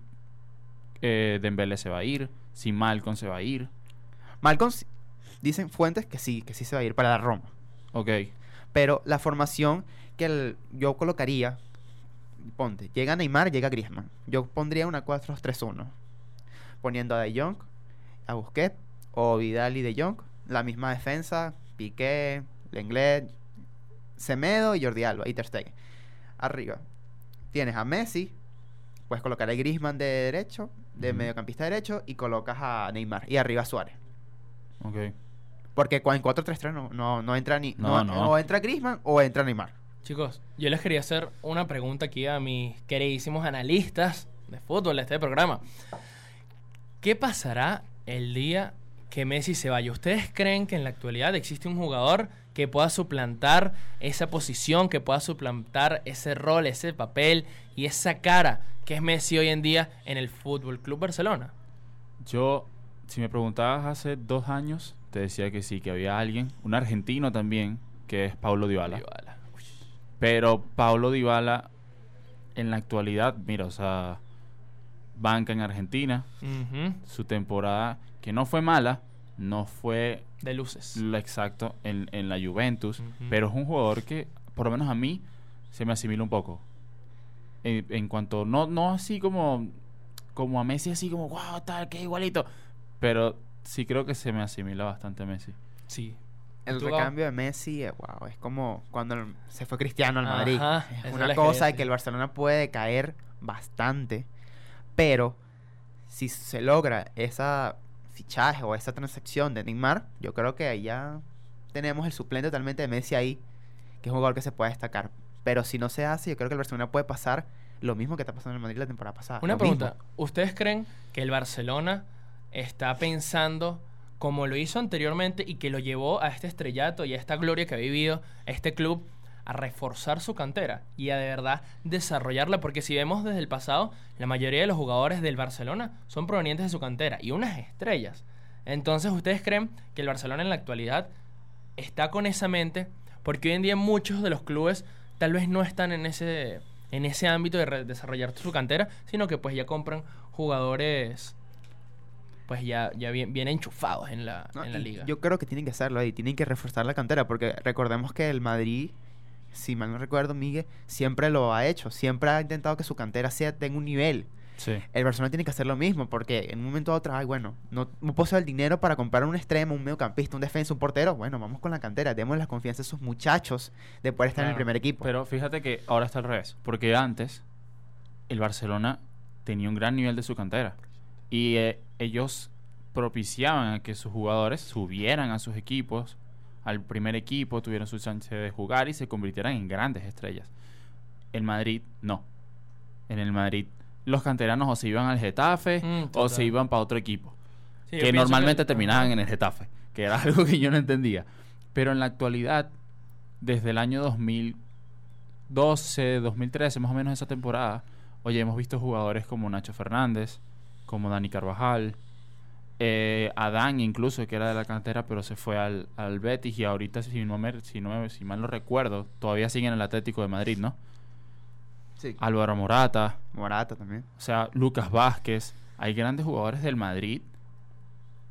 Speaker 3: Dembélé se va a ir, si Malcom se va a ir.
Speaker 4: Malcom, dicen fuentes que sí se va a ir para la Roma.
Speaker 3: Ok.
Speaker 4: Pero la formación que yo colocaría, ponte, llega Neymar, llega Griezmann. Yo pondría una 4-3-1. Poniendo a De Jong, a Busquets, o Vidal y De Jong. La misma defensa, Piqué, Lenglet, Semedo y Jordi Alba y Ter Stegen. Arriba tienes a Messi, puedes colocar a Griezmann de derecho, de mediocampista derecho, y colocas a Neymar. Y arriba a Suárez.
Speaker 3: Ok.
Speaker 4: Porque en 4-3-3 no entra ni... O entra Griezmann o entra Neymar.
Speaker 2: Chicos, yo les quería hacer una pregunta aquí a mis queridísimos analistas de fútbol de este programa. ¿Qué pasará el día que Messi se vaya? ¿Ustedes creen que en la actualidad existe un jugador que pueda suplantar esa posición, que pueda suplantar ese rol, ese papel y esa cara que es Messi hoy en día en el Fútbol Club Barcelona?
Speaker 3: Yo, si me preguntabas hace 2 años, te decía que sí, que había alguien, un argentino también, que es Paulo Dybala. Pero Paulo Dybala, en la actualidad, mira, o sea, banca en Argentina. Su temporada, que no fue mala, no fue...
Speaker 2: de luces.
Speaker 3: Lo exacto, en la Juventus. Pero es un jugador que, por lo menos a mí, se me asimila un poco. En cuanto, no así como a Messi, así como, wow, tal, que igualito. Pero sí creo que se me asimila bastante a Messi.
Speaker 2: Sí.
Speaker 4: El recambio de Messi, wow, es como cuando se fue Cristiano al Madrid. Es una
Speaker 2: es
Speaker 4: cosa de que el Barcelona puede caer bastante, pero si se logra esa fichaje o esa transacción de Neymar, yo creo que ahí ya tenemos el suplente totalmente de Messi ahí, que es un jugador que se puede destacar. Pero si no se hace, yo creo que el Barcelona puede pasar lo mismo que está pasando en el Madrid la temporada pasada.
Speaker 2: Una pregunta, ¿ustedes creen que el Barcelona está pensando como lo hizo anteriormente y que lo llevó a este estrellato y a esta gloria que ha vivido este club, a reforzar su cantera y a de verdad desarrollarla? Porque si vemos desde el pasado, la mayoría de los jugadores del Barcelona son provenientes de su cantera y unas estrellas. Entonces, ¿ustedes creen que el Barcelona en la actualidad está con esa mente? Porque hoy en día muchos de los clubes tal vez no están en ese ámbito de desarrollar su cantera, sino que pues ya compran jugadores pues ya bien enchufados en la liga.
Speaker 4: Yo creo que tienen que hacerlo ahí, tienen que reforzar la cantera, porque recordemos que el Madrid, si mal no recuerdo, Miguel, siempre lo ha hecho, siempre ha intentado que su cantera tenga un nivel.
Speaker 3: Sí.
Speaker 4: El Barcelona tiene que hacer lo mismo, porque en un momento u otro, no poseo el dinero para comprar un extremo, un mediocampista, un defensa, un portero. Bueno, vamos con la cantera, demos la confianza a esos muchachos de poder estar en el primer equipo.
Speaker 3: Pero fíjate que ahora está al revés, porque antes el Barcelona tenía un gran nivel de su cantera y ellos propiciaban a que sus jugadores subieran a sus equipos, al primer equipo, tuvieran su chance de jugar y se convirtieran en grandes estrellas. El Madrid no. En el Madrid los canteranos o se iban al Getafe o se iban para otro equipo, sí, que normalmente terminaban en el Getafe, que era algo que yo no entendía. Pero en la actualidad, desde el año 2012, 2013, más o menos esa temporada, oye, hemos visto jugadores como Nacho Fernández, como Dani Carvajal, Adán incluso, que era de la cantera pero se fue al Betis, y ahorita si mal no recuerdo todavía sigue en el Atlético de Madrid, ¿no?
Speaker 4: Sí.
Speaker 3: Álvaro Morata
Speaker 4: también.
Speaker 3: O sea, Lucas Vázquez. Hay grandes jugadores del Madrid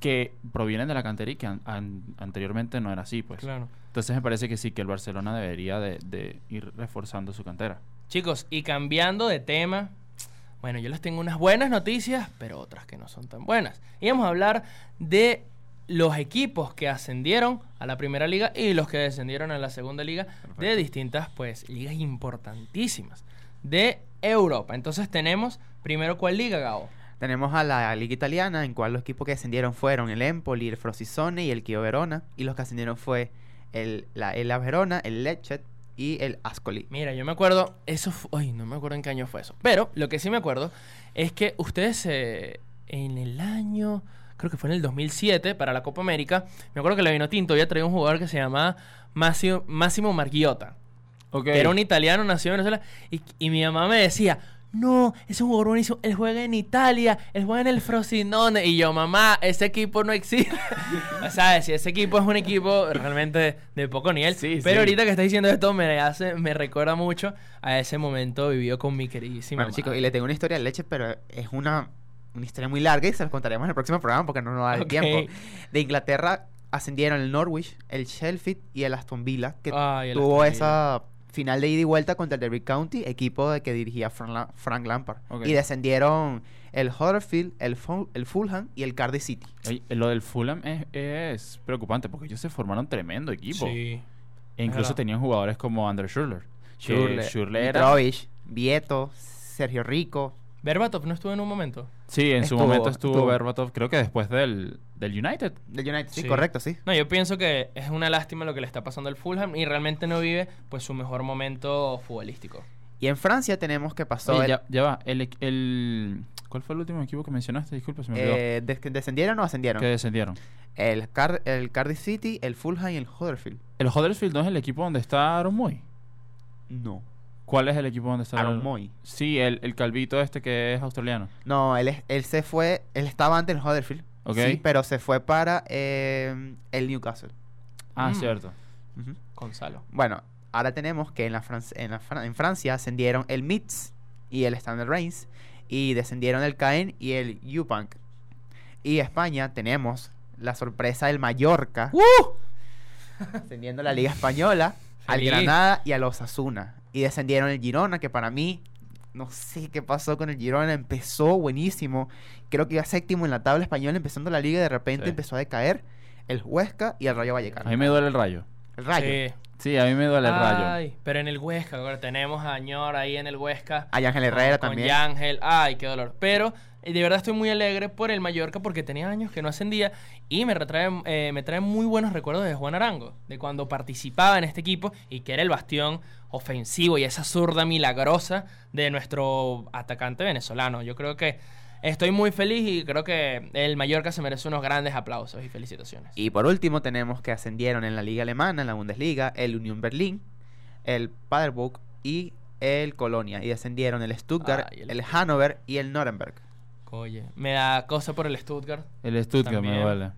Speaker 3: que provienen de la cantera y que anteriormente no era así, pues.
Speaker 2: Claro.
Speaker 3: Entonces me parece que sí, que el Barcelona debería de ir reforzando su cantera.
Speaker 2: Chicos, y cambiando de tema, bueno, yo les tengo unas buenas noticias, pero otras que no son tan buenas. Y vamos a hablar de los equipos que ascendieron a la primera liga y los que descendieron a la segunda liga. Perfecto. De distintas, pues, ligas importantísimas de Europa. Entonces tenemos, primero, ¿cuál liga, Gabo?
Speaker 4: Tenemos a la liga italiana, en cual los equipos que descendieron fueron el Empoli, el Frosinone y el Chievo Verona. Y los que ascendieron fue el Verona, el Lecce y el Ascoli.
Speaker 2: Mira, yo me acuerdo, no me acuerdo en qué año fue eso. Pero lo que sí me acuerdo es que ustedes en el año, creo que fue en el 2007, para la Copa América, me acuerdo que la Vinotinto había traído un jugador que se llamaba Massimo Margiotta.
Speaker 3: Okay.
Speaker 2: Que era un italiano, nació en Venezuela. Y mi mamá me decía, no, ese es un jugador buenísimo, él juega en Italia, él juega en el Frosinone. Y yo, mamá, ese equipo no existe. O sea, si ese equipo es un equipo realmente de poco nivel.
Speaker 3: Sí,
Speaker 2: pero
Speaker 3: sí.
Speaker 2: Ahorita que estás diciendo esto me recuerda mucho a ese momento vivido con mi queridísima
Speaker 4: Bueno, chicos, y le tengo una historia de Lecce, pero es una historia muy larga y se las contaremos en el próximo programa porque no nos da el tiempo. De Inglaterra ascendieron el Norwich, el Sheffield y el Aston Villa, que tuvo esa final de ida y vuelta contra el Derby County, equipo que dirigía Frank Lampard. Okay. Y descendieron el Huddersfield, el Fulham y el Cardiff City.
Speaker 3: Oye, lo del Fulham es preocupante porque ellos se formaron tremendo equipo.
Speaker 2: Sí.
Speaker 3: E incluso tenían jugadores como Anders Schürrle.
Speaker 4: Schürrle era... Mitrovic, Vieto, Sergio Rico.
Speaker 2: ¿Berbatov no estuvo en un momento?
Speaker 3: Sí, en su momento estuvo Berbatov, creo que después del United.
Speaker 4: Del United, sí, correcto, sí.
Speaker 2: No, yo pienso que es una lástima lo que le está pasando al Fulham y realmente no vive pues su mejor momento futbolístico.
Speaker 4: Y en Francia tenemos que pasó...
Speaker 3: Oye, ya va, ¿cuál fue el último equipo que mencionaste? Disculpa, se me olvidó.
Speaker 4: ¿Descendieron o ascendieron?
Speaker 3: Que descendieron.
Speaker 4: El Cardiff City, el Fulham y el Huddersfield.
Speaker 3: ¿El Huddersfield no es el equipo donde está Aaron Moy?
Speaker 4: No.
Speaker 3: ¿Cuál es el equipo donde está
Speaker 4: Aaron Moy?
Speaker 3: Sí, el calvito que es australiano.
Speaker 4: No, él se fue... Él estaba antes en Huddersfield.
Speaker 3: Okay.
Speaker 4: Sí, pero se fue para el Newcastle.
Speaker 3: Cierto.
Speaker 2: Gonzalo.
Speaker 4: Bueno, ahora tenemos que en Francia ascendieron el Metz y el Stade Reims y descendieron el Caen y el Eupank. Y España tenemos la sorpresa del Mallorca ascendiendo a la Liga Española, al Granada y al Osasuna. Y descendieron el Girona, que para mí, no sé qué pasó con el Girona, empezó buenísimo. Creo que iba séptimo en la tabla española empezando la liga y de repente empezó a decaer el Huesca y el Rayo Vallecano.
Speaker 3: A mí me duele el Rayo.
Speaker 4: ¿El Rayo?
Speaker 3: Sí, a mí me duele el Rayo.
Speaker 2: Pero en el Huesca, ahora tenemos a Ñor ahí en el Huesca.
Speaker 4: A Ángel Herrera también.
Speaker 2: Con Ángel, qué dolor. Pero de verdad estoy muy alegre por el Mallorca porque tenía años que no ascendía y me trae muy buenos recuerdos de Juan Arango, de cuando participaba en este equipo y que era el bastión ofensivo y esa zurda milagrosa de nuestro atacante venezolano. Yo creo que estoy muy feliz y creo que el Mallorca se merece unos grandes aplausos y felicitaciones.
Speaker 4: Y por último tenemos que ascendieron en la liga alemana, en la Bundesliga, el Union Berlin, el Paderborn y el Colonia. Y descendieron el Stuttgart, el Hannover y el Nuremberg.
Speaker 2: Oye, me da cosa por el Stuttgart.
Speaker 3: El Stuttgart también me duele.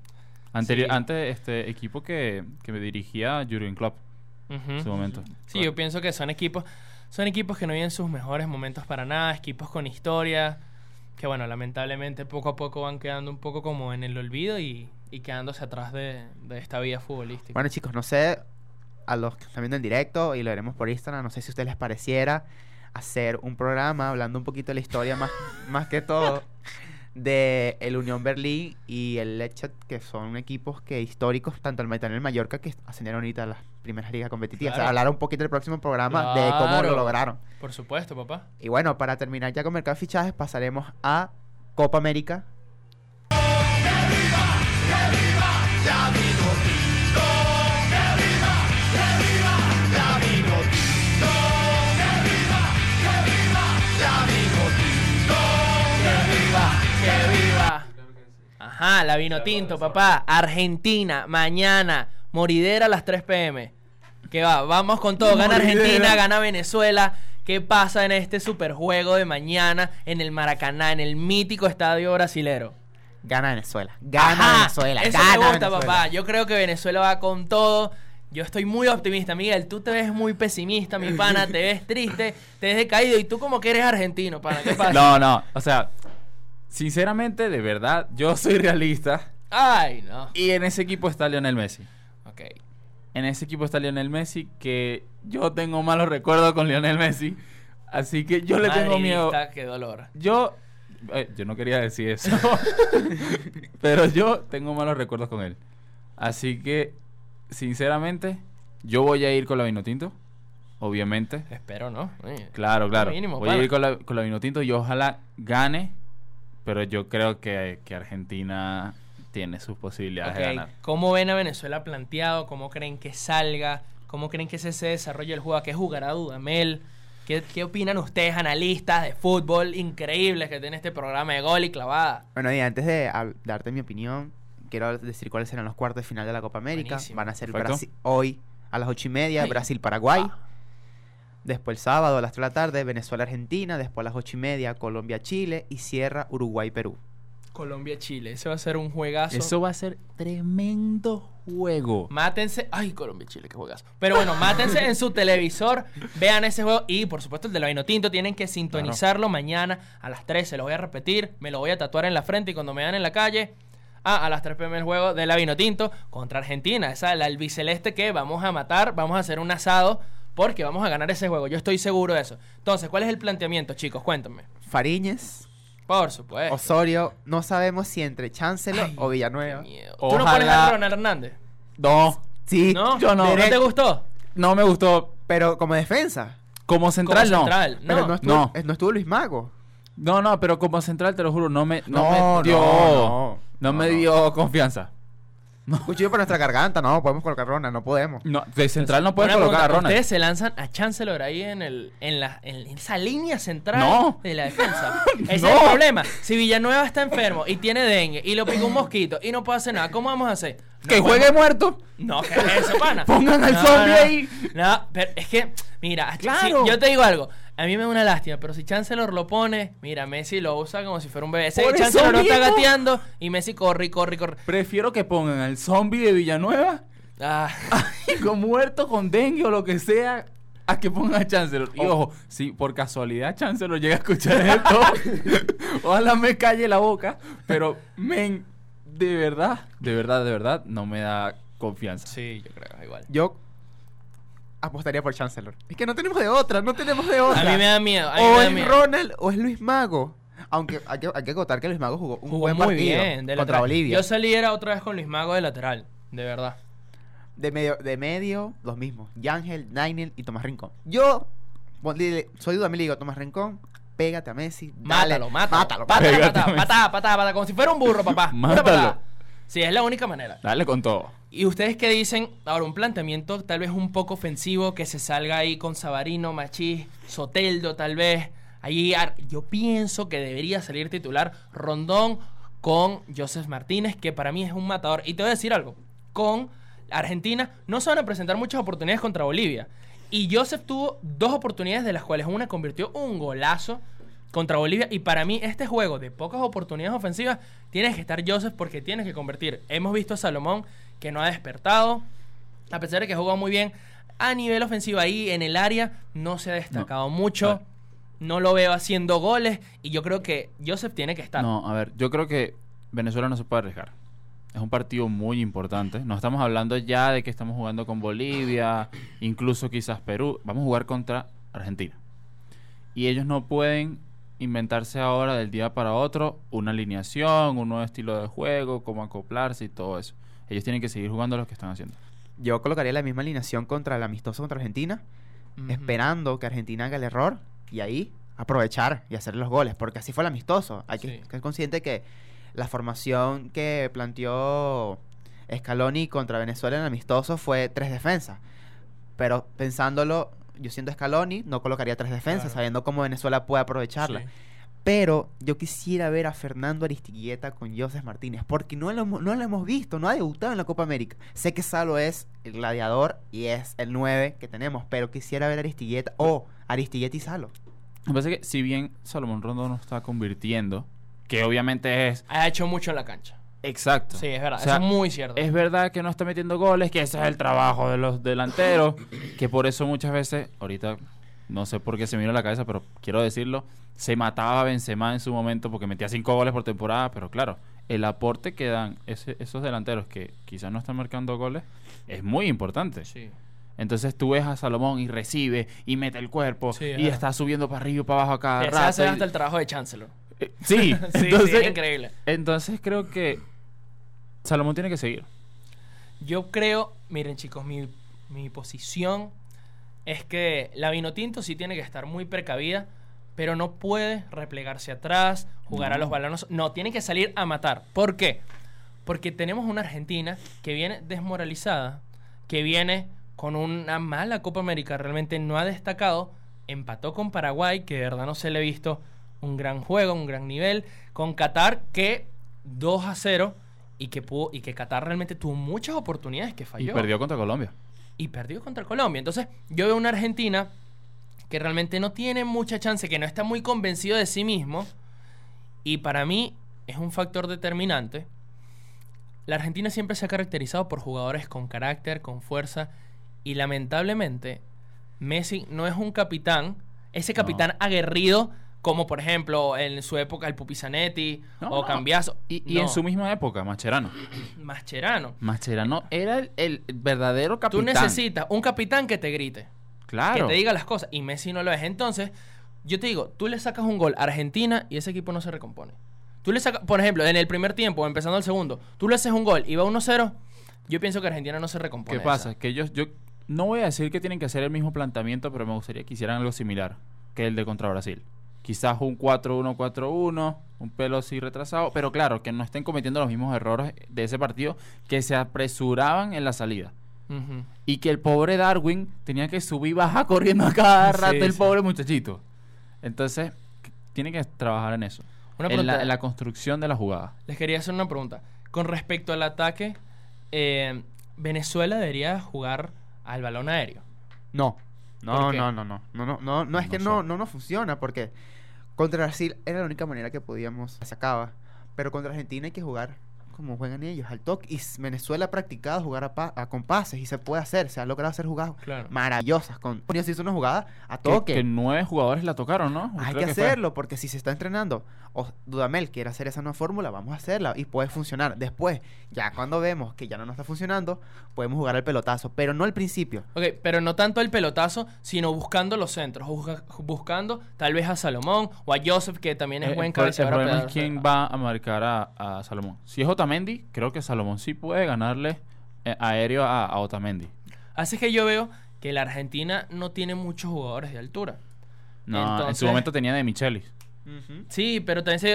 Speaker 3: Antes equipo que me dirigía Jürgen Klopp en su momento.
Speaker 2: Sí, yo pienso que son equipos que no viven sus mejores momentos para nada, equipos con historia, que bueno, lamentablemente poco a poco van quedando un poco como en el olvido y quedándose atrás de esta vida futbolística.
Speaker 4: Bueno, chicos, no sé, a los que están viendo en directo y lo veremos por Instagram, no sé si a ustedes les pareciera hacer un programa hablando un poquito de la historia más que todo de el Unión Berlín y el Lecce, que son equipos que históricos, tanto el Maitán y el Mallorca, que ascendieron ahorita a las primeras ligas competitivas.
Speaker 2: Claro.
Speaker 4: O sea, hablar un poquito del próximo programa de cómo lo lograron.
Speaker 2: Por supuesto, papá.
Speaker 4: Y bueno, para terminar ya con mercado de fichajes, pasaremos a Copa América.
Speaker 2: ¡Que viva! Ajá, la Vinotinto, papá. Argentina, mañana. Moridera a las 3 p.m. ¿Qué va? Vamos con todo. Gana Argentina, gana Venezuela. ¿Qué pasa en este superjuego de mañana en el Maracaná, en el mítico estadio brasilero?
Speaker 4: Gana Venezuela. Gana Venezuela.
Speaker 2: Eso me gusta, papá. Yo creo que Venezuela va con todo. Yo estoy muy optimista, Miguel. Tú te ves muy pesimista, mi pana. Te ves triste, te ves decaído. Y tú como que eres argentino, pana. ¿Qué pasa?
Speaker 3: No. O sea, sinceramente, de verdad, yo soy realista.
Speaker 2: Ay, no.
Speaker 3: Y en ese equipo está Lionel Messi.
Speaker 2: Ok.
Speaker 3: En ese equipo está Lionel Messi, que yo tengo malos recuerdos con Lionel Messi. Así que yo le tengo miedo.
Speaker 2: Qué dolor.
Speaker 3: Yo no quería decir eso. Pero yo tengo malos recuerdos con él. Así que, sinceramente, yo voy a ir con la Vinotinto. Obviamente.
Speaker 2: Espero, ¿no?
Speaker 3: Claro.
Speaker 2: Mínimo,
Speaker 3: voy a ir con la Vinotinto y ojalá gane. Pero yo creo que Argentina tiene sus posibilidades de ganar.
Speaker 2: ¿Cómo ven a Venezuela planteado? ¿Cómo creen que salga? ¿Cómo creen que se desarrolle el juego? ¿A qué jugará Dudamel? ¿Qué opinan ustedes, analistas de fútbol increíbles que tiene este programa de Gol y Clavada?
Speaker 4: Bueno, y antes de darte mi opinión, quiero decir cuáles serán los cuartos de final de la Copa América.
Speaker 2: Buenísimo.
Speaker 4: Van a ser hoy a las 8:30, Brasil-Paraguay. Después el sábado a las 3 de la tarde, Venezuela-Argentina. Después a las 8:30, Colombia-Chile. Y cierra Uruguay-Perú.
Speaker 2: Colombia-Chile, ese va a ser un juegazo.
Speaker 3: Eso va a ser tremendo juego.
Speaker 2: Mátense. Ay, Colombia-Chile, qué juegazo. Pero bueno, mátense en su televisor, vean ese juego. Y por supuesto el de la Vinotinto, tienen que sintonizarlo mañana a las 3. Se lo voy a repetir, me lo voy a tatuar en la frente y cuando me vean en la calle, a las 3 p.m. el juego de la Vinotinto contra Argentina. Esa, la albiceleste que vamos a matar, vamos a hacer un asado porque vamos a ganar ese juego. Yo estoy seguro de eso. Entonces, ¿cuál es el planteamiento, chicos? Cuéntame.
Speaker 4: Fariñez,
Speaker 2: por supuesto.
Speaker 4: Osorio, no sabemos si entre Chancellor o Villanueva.
Speaker 2: Qué miedo. ¿Tú no pones a Ronald Hernández?
Speaker 3: No.
Speaker 4: Sí,
Speaker 2: ¿No?
Speaker 3: Yo no.
Speaker 2: ¿No te gustó?
Speaker 3: No me gustó.
Speaker 4: pero como defensa.
Speaker 3: Como central,
Speaker 2: Como
Speaker 3: no.
Speaker 2: central,
Speaker 4: Pero
Speaker 2: no.
Speaker 4: no estuvo Luis Mago.
Speaker 3: No, pero como central, te lo juro, no me
Speaker 4: No.
Speaker 3: dio confianza.
Speaker 4: Cuchillo por nuestra garganta, no podemos colocar Ronald, no podemos.
Speaker 3: No, de central no puedes
Speaker 2: Una
Speaker 3: colocar a
Speaker 2: pregunta,
Speaker 3: Ronald.
Speaker 2: ¿ustedes se lanzan a Chancellor ahí en esa línea central
Speaker 3: No.
Speaker 2: de la defensa? Ese
Speaker 3: No.
Speaker 2: es el problema. Si Villanueva está enfermo y tiene dengue y lo picó un mosquito y no puede hacer nada, ¿cómo vamos a hacer?
Speaker 3: Que juegue muerto.
Speaker 2: No, ¿qué es eso, pana?
Speaker 3: Pongan al zombie ahí.
Speaker 2: No, pero es que, mira,
Speaker 3: Claro.
Speaker 2: si yo te digo algo. A mí me da una lástima, pero si Chancellor lo pone, mira, Messi lo usa como si fuera un bebé. Ese
Speaker 3: Por eso
Speaker 2: Chancellor no está
Speaker 3: mismo.
Speaker 2: gateando y Messi corre.
Speaker 3: Prefiero que pongan al zombie de Villanueva
Speaker 2: Ah,
Speaker 3: con muerto, con dengue o lo que sea, a que pongan a Chancellor. Y ojo, si por casualidad Chancellor llega a escuchar esto, ojalá me calle la boca, pero de verdad, no me da confianza.
Speaker 2: sí, yo creo, igual.
Speaker 4: Yo apostaría por Chancellor. Es que no tenemos de otra.
Speaker 2: A mí me da miedo.
Speaker 4: O es Ronald o es Luis Mago. Aunque hay que acotar que Luis Mago jugó un buen
Speaker 2: muy
Speaker 4: partido
Speaker 2: bien de
Speaker 4: contra
Speaker 2: lateral.
Speaker 4: Bolivia.
Speaker 2: Yo saliera otra vez con Luis Mago de lateral, de verdad.
Speaker 4: De medio, los mismos. Yángel, Nainel y Tomás Rincón. Yo soy Dudamel y digo, Tomás Rincón, pégate a Messi.
Speaker 2: Mátalo.
Speaker 3: Pégate,
Speaker 2: Patada, como si fuera un burro, papá. Pura
Speaker 3: Mátalo.
Speaker 2: patada. Sí, es la única manera.
Speaker 3: Dale con todo.
Speaker 2: ¿Y ustedes qué dicen? Ahora, un planteamiento tal vez un poco ofensivo, que se salga ahí con Savarino, Machís, Soteldo tal vez. Ahí yo pienso que debería salir titular Rondón con Joseph Martínez, que para mí es un matador. Y te voy a decir algo, con Argentina no se van a presentar muchas oportunidades contra Bolivia. Y Joseph tuvo 2 oportunidades, de las cuales una convirtió un golazo contra Bolivia. Y para mí este juego de pocas oportunidades ofensivas, tienes que estar Joseph porque tienes que convertir. Hemos visto a Salomón que no ha despertado, a pesar de que jugó muy bien a nivel ofensivo ahí en el área, no se ha destacado mucho. No lo veo haciendo goles y yo creo que Joseph tiene que estar.
Speaker 3: No, a ver, yo creo que Venezuela no se puede arriesgar. Es un partido muy importante. No estamos hablando ya de que estamos jugando con Bolivia, incluso quizás Perú. Vamos a jugar contra Argentina. Y ellos no pueden inventarse ahora del día para otro una alineación, un nuevo estilo de juego, cómo acoplarse y todo eso. Ellos tienen que seguir jugando lo que están haciendo.
Speaker 4: Yo colocaría la misma alineación contra el amistoso contra Argentina, esperando que Argentina haga el error y ahí aprovechar y hacer los goles, porque así fue el amistoso. Hay que ser consciente que la formación que planteó Scaloni contra Venezuela en el amistoso fue 3 defensas. Pero pensándolo, yo siendo Scaloni, no colocaría 3 defensas, sabiendo cómo Venezuela puede aprovecharla.
Speaker 2: Sí.
Speaker 4: Pero yo quisiera ver a Fernando Aristigueta con Joseph Martínez, porque no lo hemos visto, no ha debutado en la Copa América. Sé que Salo es el gladiador y es el 9 que tenemos, pero quisiera ver a Aristigueta o Aristigueta y Salo.
Speaker 3: Me parece que si bien Salomón Rondón no está convirtiendo, que obviamente es...
Speaker 2: Ha hecho mucho en la cancha.
Speaker 3: Exacto.
Speaker 2: Sí, es verdad,
Speaker 3: O sea,
Speaker 2: eso es muy cierto.
Speaker 3: Es verdad que no está metiendo goles, que ese es el trabajo de los delanteros, que por eso muchas veces, ahorita no sé por qué se me vino a la cabeza, pero quiero decirlo, se mataba a Benzema en su momento porque metía 5 goles por temporada, pero claro, el aporte que dan esos delanteros que quizás no están marcando goles es muy importante.
Speaker 2: Sí.
Speaker 3: Entonces tú ves a Salomón y recibe y mete el cuerpo
Speaker 2: Sí,
Speaker 3: y está subiendo para arriba y para abajo a cada
Speaker 2: Se
Speaker 3: rato.
Speaker 2: hace hasta el trabajo de Chancellor.
Speaker 3: Sí,
Speaker 2: Sí,
Speaker 3: entonces,
Speaker 2: es increíble.
Speaker 3: Entonces creo que Salomón tiene que seguir.
Speaker 2: Yo creo, miren chicos, mi posición es que la Vinotinto sí tiene que estar muy precavida, pero no puede replegarse atrás, jugar a los balones. No, tiene que salir a matar. ¿Por qué? Porque tenemos una Argentina que viene desmoralizada, que viene con una mala Copa América, realmente no ha destacado, empató con Paraguay, que de verdad no se le ha visto un gran juego, un gran nivel, con Qatar que 2-0 y que Qatar realmente tuvo muchas oportunidades que falló.
Speaker 3: Y perdió contra Colombia.
Speaker 2: Y perdió contra Colombia. Entonces, yo veo una Argentina que realmente no tiene mucha chance, que no está muy convencido de sí mismo, y para mí es un factor determinante. La Argentina siempre se ha caracterizado por jugadores con carácter, con fuerza, y lamentablemente Messi no es un capitán, ese capitán aguerrido como por ejemplo en su época el Pupi Zanetti o Cambiaso.
Speaker 3: Y en su misma época, Mascherano. Mascherano era el verdadero capitán.
Speaker 2: Tú necesitas un capitán que te grite.
Speaker 3: Claro.
Speaker 2: Que te diga las cosas. Y Messi no lo es. Entonces, yo te digo, tú le sacas un gol a Argentina y ese equipo no se recompone. Tú le sacas, por ejemplo, en el primer tiempo, empezando el segundo, tú le haces un gol y va 1-0, yo pienso que Argentina no se recompone.
Speaker 3: ¿Qué pasa? Que yo no voy a decir que tienen que hacer el mismo planteamiento, pero me gustaría que hicieran algo similar que el de contra Brasil. Quizás un 4-1-4-1, un pelo así retrasado, pero claro, que no estén cometiendo los mismos errores de ese partido, que se apresuraban en la salida.
Speaker 2: Uh-huh.
Speaker 3: Y que el pobre Darwin tenía que subir y bajar corriendo a cada rato, el pobre muchachito. Entonces, tiene que trabajar en eso. En la construcción de la jugada.
Speaker 2: Les quería hacer una pregunta. Con respecto al ataque, ¿Venezuela debería jugar al balón aéreo?
Speaker 4: No, es que no funciona, porque contra Brasil era la única manera que podíamos, se acaba, pero contra Argentina hay que jugar como juegan ellos, al toque, y Venezuela ha practicado jugar con pases y se puede hacer, se ha logrado hacer jugadas maravillosas, se hizo una jugada a toque.
Speaker 3: Que 9 jugadores la tocaron, ¿no?
Speaker 4: Hay que hacerlo, porque si se está entrenando, o Dudamel quiere hacer esa nueva fórmula, vamos a hacerla y puede funcionar. Después, ya cuando vemos que ya no nos está funcionando, podemos jugar al pelotazo, pero no al principio.
Speaker 2: Ok, pero no tanto el pelotazo, sino buscando los centros, buscando tal vez a Salomón o a Joseph, que también es buen cabeceador.
Speaker 3: El problema es quién va a marcar a Salomón. Si es Otamendi, creo que Salomón sí puede ganarle aéreo a Otamendi.
Speaker 2: Así que yo veo que la Argentina no tiene muchos jugadores de altura.
Speaker 3: No,
Speaker 2: entonces,
Speaker 3: en su momento tenía de Michelis.
Speaker 2: Uh-huh. Sí, pero también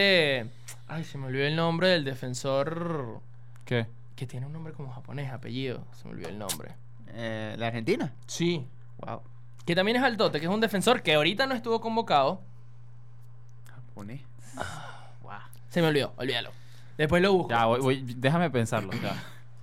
Speaker 2: ay, se me olvidó el nombre del defensor.
Speaker 3: ¿Qué?
Speaker 2: Que tiene un nombre como japonés, apellido. Se me olvidó el nombre.
Speaker 4: ¿La Argentina?
Speaker 2: Sí.
Speaker 4: Wow.
Speaker 2: Que también es altote, que es un defensor que ahorita no estuvo convocado.
Speaker 4: ¿Japonés?
Speaker 2: Wow. Se me olvidó, olvídalo. Después lo busco.
Speaker 3: Ya, déjame pensarlo. Ya.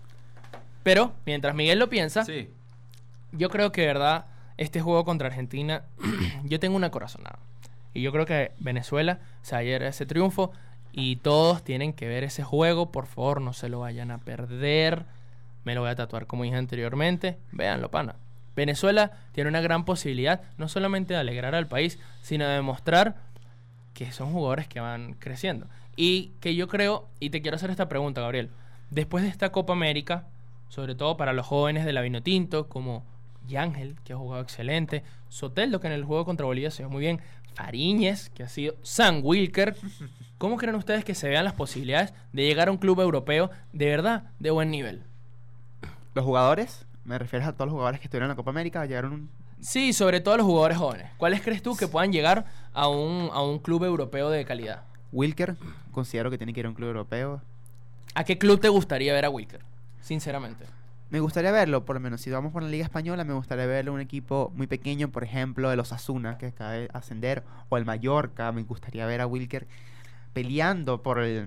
Speaker 2: Pero, mientras Miguel lo piensa,
Speaker 3: sí,
Speaker 2: yo creo que de verdad, este juego contra Argentina, yo tengo una corazonada. Y yo creo que Venezuela se va a llevar ese triunfo y todos tienen que ver ese juego. Por favor, no se lo vayan a perder. Me lo voy a tatuar como dije anteriormente. Véanlo, pana. Venezuela tiene una gran posibilidad, no solamente de alegrar al país, sino de demostrar que son jugadores que van creciendo. Y que yo creo, y te quiero hacer esta pregunta, Gabriel. Después de esta Copa América, sobre todo para los jóvenes de la Vinotinto, como Yángel, que ha jugado excelente, Soteldo, que en el juego contra Bolivia se ve muy bien, Fariñez, que ha sido Sam Wilker. ¿Cómo creen ustedes que se vean las posibilidades de llegar a un club europeo de verdad de buen nivel?
Speaker 4: ¿Los jugadores? ¿Me refieres a todos los jugadores que estuvieron en la Copa América? ¿Llegaron
Speaker 2: Sí, sobre todo los jugadores jóvenes. ¿Cuáles crees tú que puedan llegar a un club europeo de calidad?
Speaker 4: Wilker, considero que tiene que ir a un club europeo.
Speaker 2: ¿A qué club te gustaría ver a Wilker? Sinceramente.
Speaker 4: Me gustaría verlo, por lo menos, si vamos por la Liga Española, me gustaría verlo en un equipo muy pequeño, por ejemplo, el Osasuna, que acaba de ascender, o el Mallorca. Me gustaría ver a Wilker peleando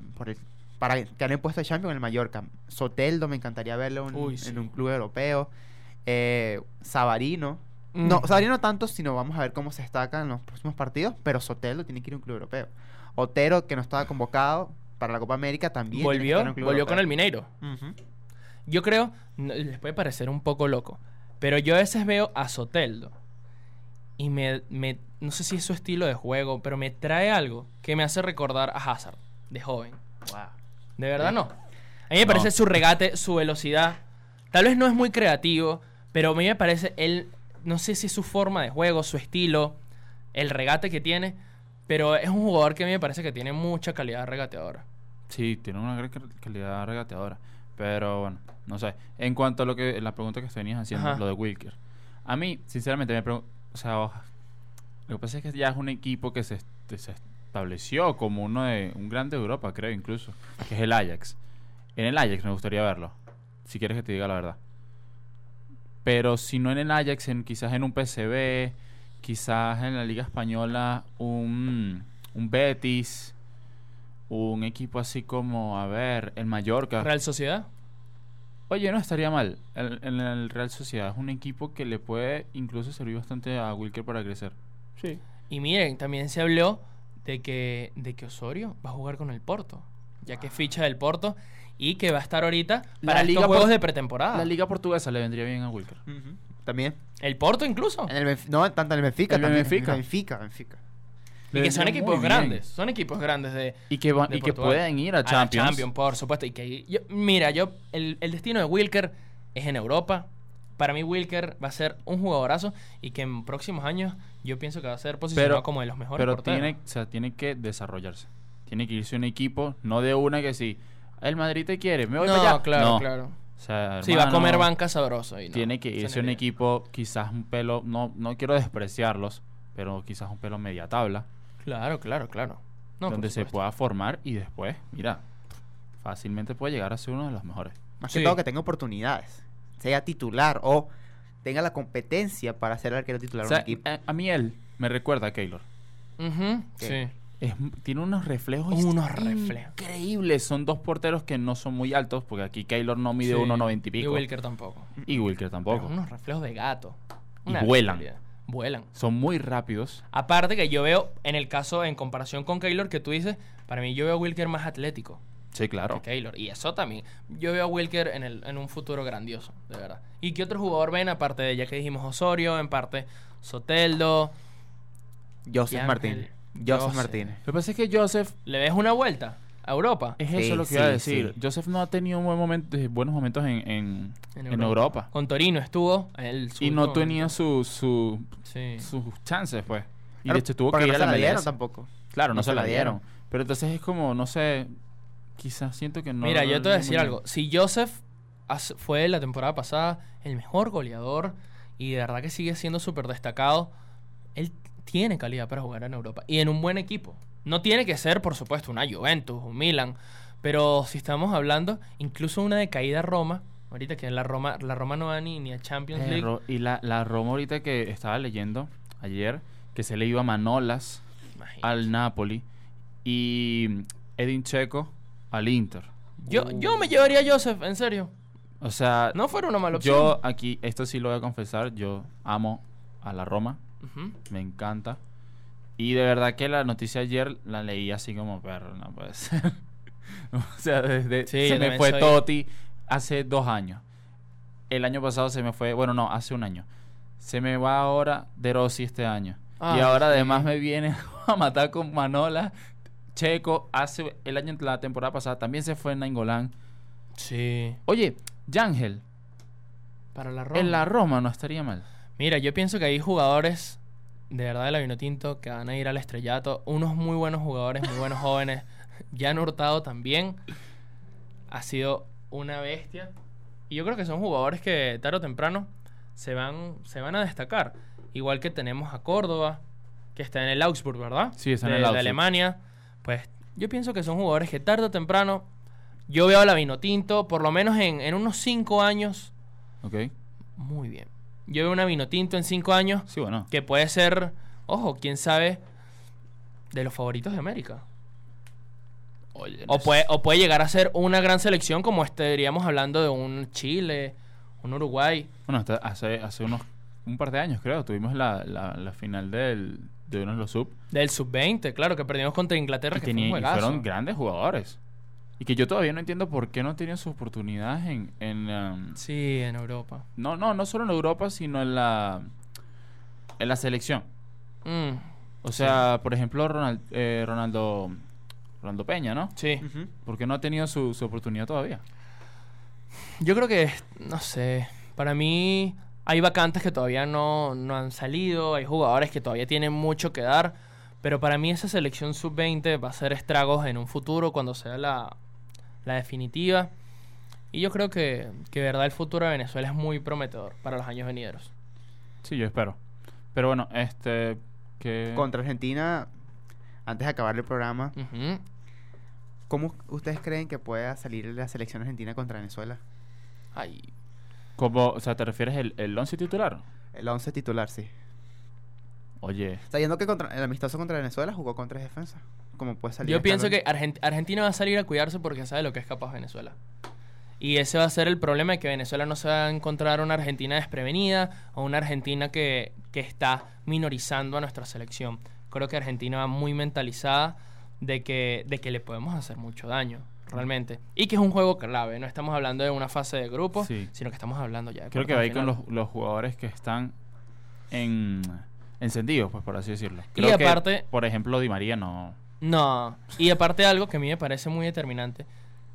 Speaker 4: para ganar el puesto de Champions en el Mallorca. Soteldo, me encantaría verlo en un club europeo. Savarino. No, Savarino no tanto, sino vamos a ver cómo se destaca en los próximos partidos, pero Soteldo tiene que ir a un club europeo. Otero, que no estaba convocado para la Copa América, también
Speaker 2: volvió con el Mineiro.
Speaker 4: Uh-huh.
Speaker 2: Yo creo, les puede parecer un poco loco, pero yo a veces veo a Soteldo y no sé si es su estilo de juego, pero me trae algo que me hace recordar a Hazard de joven.
Speaker 4: Wow.
Speaker 2: De verdad no. A mí me parece su regate, su velocidad. Tal vez no es muy creativo, pero a mí me parece él, no sé si es su forma de juego, su estilo, el regate que tiene, pero es un jugador que a mí me parece que tiene mucha calidad regateadora.
Speaker 3: Sí, tiene una gran calidad regateadora. Pero bueno, no sé. En cuanto a la pregunta que venías haciendo, lo de Wilker. A mí, sinceramente, me pregunto... O sea, lo que pasa es que ya es un equipo que se estableció como un grande de Europa, creo, incluso. Que es el Ajax. En el Ajax me gustaría verlo. Si quieres que te diga la verdad. Pero si no en el Ajax, quizás en un PSV, quizás en la Liga Española, un Betis... Un equipo así como, a ver, el Mallorca.
Speaker 2: ¿Real Sociedad?
Speaker 3: Oye, no estaría mal. En el Real Sociedad es un equipo que le puede incluso servir bastante a Wilker para crecer. Sí.
Speaker 2: Y miren, también se habló de que Osorio va a jugar con el Porto, ya que es ficha del Porto y que va a estar ahorita para estos juegos de pretemporada.
Speaker 3: La Liga Portuguesa le vendría bien a Wilker.
Speaker 4: También.
Speaker 2: ¿El Porto incluso?
Speaker 4: No, tanto en el Benfica.
Speaker 3: En el Benfica.
Speaker 4: Benfica.
Speaker 2: Y que son equipos grandes. Son equipos grandes de
Speaker 3: y que pueden ir a Champions.
Speaker 2: Champions, por supuesto. Y que el destino de Wilker es en Europa. Para mí Wilker va a ser un jugadorazo y que en próximos años yo pienso que va a ser posicionado como de los mejores porteros.
Speaker 3: Tiene que desarrollarse. Tiene que irse a un equipo, no de una que si el Madrid te quiere, me voy para allá.
Speaker 2: Claro.
Speaker 3: O sea,
Speaker 2: sí, va a comer banca sabroso.
Speaker 3: Tiene que irse a un equipo, quizás un pelo, no quiero despreciarlos, pero quizás un pelo media tabla.
Speaker 2: Claro. No,
Speaker 3: donde se pueda formar y después, mira, fácilmente puede llegar a ser uno de los mejores.
Speaker 4: Más que todo que tenga oportunidades, sea titular o tenga la competencia para ser el arquero titular de un equipo.
Speaker 3: A mí él me recuerda a Keylor.
Speaker 2: Sí.
Speaker 3: Tiene unos reflejos increíbles. Son dos porteros que no son muy altos, porque aquí Keylor no mide 1.90 y pico.
Speaker 2: Y Wilker tampoco.
Speaker 3: Pero
Speaker 2: unos reflejos de gato.
Speaker 3: Y vuelan.
Speaker 2: Son
Speaker 3: muy rápidos.
Speaker 2: Aparte que yo veo, en comparación con Keylor, que tú dices, para mí yo veo a Wilker más atlético.
Speaker 3: Sí, claro.
Speaker 2: Que Keylor. Y eso también. Yo veo a Wilker en un futuro grandioso, de verdad. ¿Y qué otro jugador ven? Aparte de, ya que dijimos Osorio, en parte Soteldo.
Speaker 4: Joseph Martínez. Lo
Speaker 3: que pasa es que Joseph...
Speaker 2: ¿Le ves una vuelta a Europa?
Speaker 3: Es eso lo que iba a decir. Sí. Joseph no ha tenido buenos momentos en Europa.
Speaker 2: Con Torino estuvo.
Speaker 3: Y no tenía sus chances, pues. Y
Speaker 4: claro,
Speaker 3: de hecho tuvo que ir a la MLS.
Speaker 4: Tampoco.
Speaker 3: Claro, no se la dieron. Pero entonces es como, no sé, quizás siento que no...
Speaker 2: Mira, yo te voy a decir algo. Si Joseph fue la temporada pasada el mejor goleador y de verdad que sigue siendo súper destacado, él tiene calidad para jugar en Europa y en un buen equipo. No tiene que ser, por supuesto, una Juventus, un Milan, pero si estamos hablando, incluso una decaída Roma, ahorita que la Roma no va ni a Champions League.
Speaker 3: Y la Roma ahorita que estaba leyendo ayer, que se le iba Manolas al Napoli y Edin Dzeko al Inter.
Speaker 2: Yo me llevaría a Joseph, en serio.
Speaker 3: O sea,
Speaker 2: no fuera una mala opción.
Speaker 3: Yo aquí, esto sí lo voy a confesar, yo amo a la Roma. Me encanta. Y de verdad que la noticia ayer la leí así como, perro, no puede ser. O sea, se me fue Totti hace 2 años. El año pasado se me fue, hace 1 año. Se me va ahora De Rossi este año. Y ahora además me viene a matar con Manola. Checo, la temporada pasada también se fue en Nainggolan.
Speaker 2: Sí.
Speaker 3: Oye, Yangel.
Speaker 2: Para la Roma.
Speaker 3: En la Roma no estaría mal.
Speaker 2: Mira, yo pienso que hay jugadores de verdad de la Vinotinto que van a ir al estrellato. Unos muy buenos jugadores, muy buenos jóvenes. Jan Hurtado también ha sido una bestia. Y yo creo que son jugadores que tarde o temprano se van a destacar. Igual que tenemos a Córdoba, que está en el Augsburg, ¿verdad?
Speaker 3: Sí, está en el Augsburg.
Speaker 2: De Alemania. Pues yo pienso que son jugadores que tarde o temprano yo veo a la Vinotinto, por lo menos en unos 5 años.
Speaker 3: Ok.
Speaker 2: Muy bien. Yo veo una Vinotinto en 5 años que puede ser, ojo, quién sabe, de los favoritos de América.
Speaker 3: Oye,
Speaker 2: o puede llegar a ser una gran selección como estaríamos hablando de un Chile, un Uruguay.
Speaker 3: Bueno, hace un par de años creo, tuvimos la final de uno de los
Speaker 2: del sub-20, claro, que perdimos contra Inglaterra, que fue un juegazo.
Speaker 3: Y fueron grandes jugadores. Y que yo todavía no entiendo por qué no tenían sus oportunidades
Speaker 2: sí, en Europa.
Speaker 3: No solo en Europa, sino en la selección. O sea, por ejemplo, Ronaldo Rolando Peña, ¿no?
Speaker 2: Sí.
Speaker 3: ¿Por qué no ha tenido su oportunidad todavía?
Speaker 2: Yo creo que, no sé, para mí hay vacantes que todavía no han salido, hay jugadores que todavía tienen mucho que dar, pero para mí esa selección sub-20 va a hacer estragos en un futuro cuando sea la definitiva. Y yo creo que de verdad el futuro de Venezuela es muy prometedor para los años venideros.
Speaker 3: Sí, yo espero. Pero bueno, que...
Speaker 4: Contra Argentina, antes de acabar el programa, ¿cómo ustedes creen que pueda salir la selección argentina contra Venezuela?
Speaker 2: Ay.
Speaker 3: ¿Cómo? O sea, ¿te refieres el 11 titular?
Speaker 4: El 11 titular, sí.
Speaker 3: Oye.
Speaker 4: Sabiendo que el amistoso contra Venezuela jugó con 3 defensas. ¿Cómo puede salir?
Speaker 2: Yo pienso que Argentina va a salir a cuidarse porque sabe lo que es capaz Venezuela. Y ese va a ser el problema, de que Venezuela no se va a encontrar una Argentina desprevenida o una Argentina que está minorizando a nuestra selección. Creo que Argentina va muy mentalizada de que le podemos hacer mucho daño, realmente. Y que es un juego clave. No estamos hablando de una fase de grupo, sino que estamos hablando ya de...
Speaker 3: Creo que va ahí con los jugadores que están encendidos, pues por así decirlo. Creo
Speaker 2: y aparte...
Speaker 3: que, por ejemplo, Di María no...
Speaker 2: No. Y aparte algo que a mí me parece muy determinante.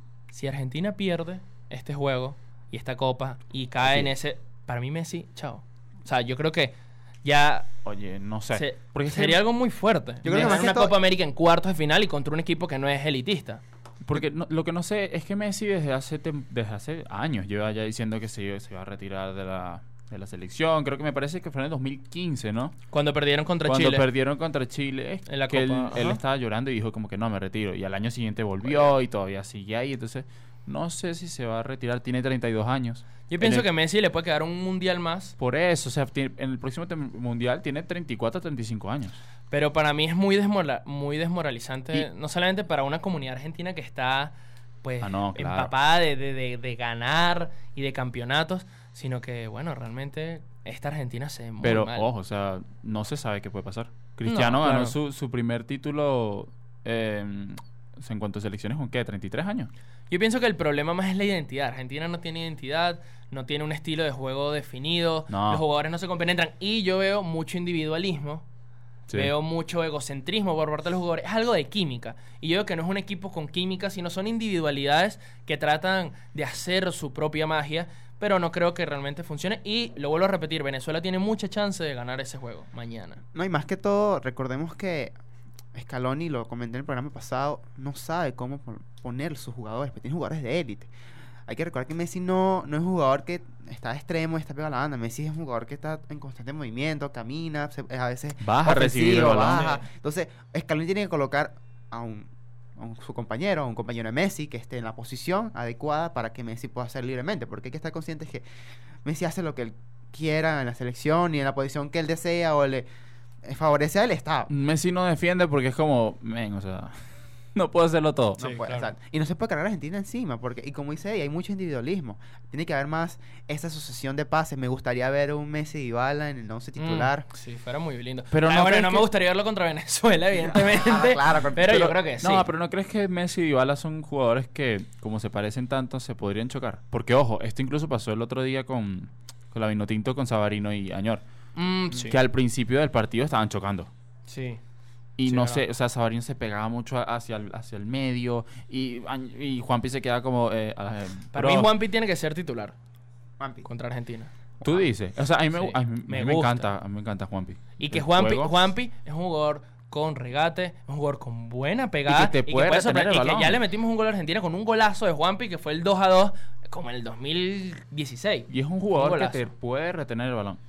Speaker 2: Si Argentina pierde este juego y esta copa y cae en ese... Para mí Messi, chao. O sea, yo creo que ya...
Speaker 3: Oye, no sé.
Speaker 2: Porque sería algo muy fuerte.
Speaker 4: Yo creo que más
Speaker 2: una Copa América en cuartos de final y contra un equipo que no es elitista.
Speaker 3: Porque lo que no sé es que Messi desde hace años lleva ya diciendo que se iba a retirar de la selección. Creo que me parece que fue en el 2015, ¿no?
Speaker 2: Cuando perdieron contra
Speaker 3: Cuando
Speaker 2: Chile.
Speaker 3: perdieron contra Chile.
Speaker 2: En la
Speaker 3: que
Speaker 2: Copa.
Speaker 3: Él estaba llorando y dijo como que no, me retiro. Y al año siguiente volvió y todavía sigue ahí. Entonces, no sé si se va a retirar. Tiene 32 años.
Speaker 2: Yo pienso que Messi le puede quedar un mundial más.
Speaker 3: Por eso, o sea, en el próximo mundial tiene 34 35 años.
Speaker 2: Pero para mí es muy desmoralizante, no solamente para una comunidad argentina que está pues empapada de ganar y de campeonatos, sino que, bueno, realmente esta Argentina se ve muy mal.
Speaker 3: Pero, ojo, o sea, no se sabe qué puede pasar. Cristiano ganó su primer título en cuanto a selecciones, ¿con qué? ¿33 años?
Speaker 2: Yo pienso que el problema más es la identidad. Argentina no tiene identidad, no tiene un estilo de juego definido, los jugadores no se compenetran y yo veo mucho individualismo. Sí. Veo mucho egocentrismo por parte de los jugadores. Es algo de química. Y yo veo que no es un equipo con química, sino son individualidades que tratan de hacer su propia magia, pero no creo que realmente funcione. Y lo vuelvo a repetir, Venezuela tiene mucha chance de ganar ese juego mañana.
Speaker 4: No, y más que todo, recordemos que Scaloni, lo comenté en el programa pasado, no sabe cómo poner sus jugadores, pero tiene jugadores de élite. Hay que recordar que Messi no es un jugador que está extremo y está pegado a la banda. Messi es un jugador que está en constante movimiento, camina, a veces
Speaker 3: baja a recibir el balón.
Speaker 4: Baja. Entonces, Scaloni tiene que colocar a su compañero, a un compañero de Messi que esté en la posición adecuada para que Messi pueda hacer libremente. Porque hay que estar conscientes que Messi hace lo que él quiera en la selección y en la posición que él desea o le favorece a él está.
Speaker 3: Messi no defiende porque es como, o sea... No puede hacerlo todo.
Speaker 4: No puede, claro. Y no se puede cargar a Argentina encima, y como dice ella, hay mucho individualismo. Tiene que haber más esa asociación de pases. Me gustaría ver un Messi Dybala en el 11 titular.
Speaker 2: Sí, fuera muy lindo.
Speaker 3: Pero
Speaker 2: no me gustaría verlo contra Venezuela, evidentemente.
Speaker 4: Claro,
Speaker 2: pero yo creo que sí.
Speaker 3: No, pero ¿no crees que Messi y Dybala son jugadores que, como se parecen tanto, se podrían chocar? Porque, ojo, esto incluso pasó el otro día con la Vinotinto, con Savarino y Añor.
Speaker 2: Sí.
Speaker 3: Que al principio del partido estaban chocando.
Speaker 2: Sí.
Speaker 3: Y no sé, o sea, Savarino se pegaba mucho hacia el medio y Juanpi se queda como...
Speaker 2: Para mí Juanpi tiene que ser titular.
Speaker 4: Juanpi.
Speaker 2: Contra Argentina.
Speaker 3: ¿Tú dices? O sea, a mí me encanta Juanpi.
Speaker 2: Y que Juanpi es un jugador con regate, es un jugador con buena pegada.
Speaker 3: Y que te puede retener el balón.
Speaker 2: Y que ya le metimos un gol a Argentina con un golazo de Juanpi que fue el 2-2 como en el 2016.
Speaker 3: Y es un jugador que te puede retener el balón.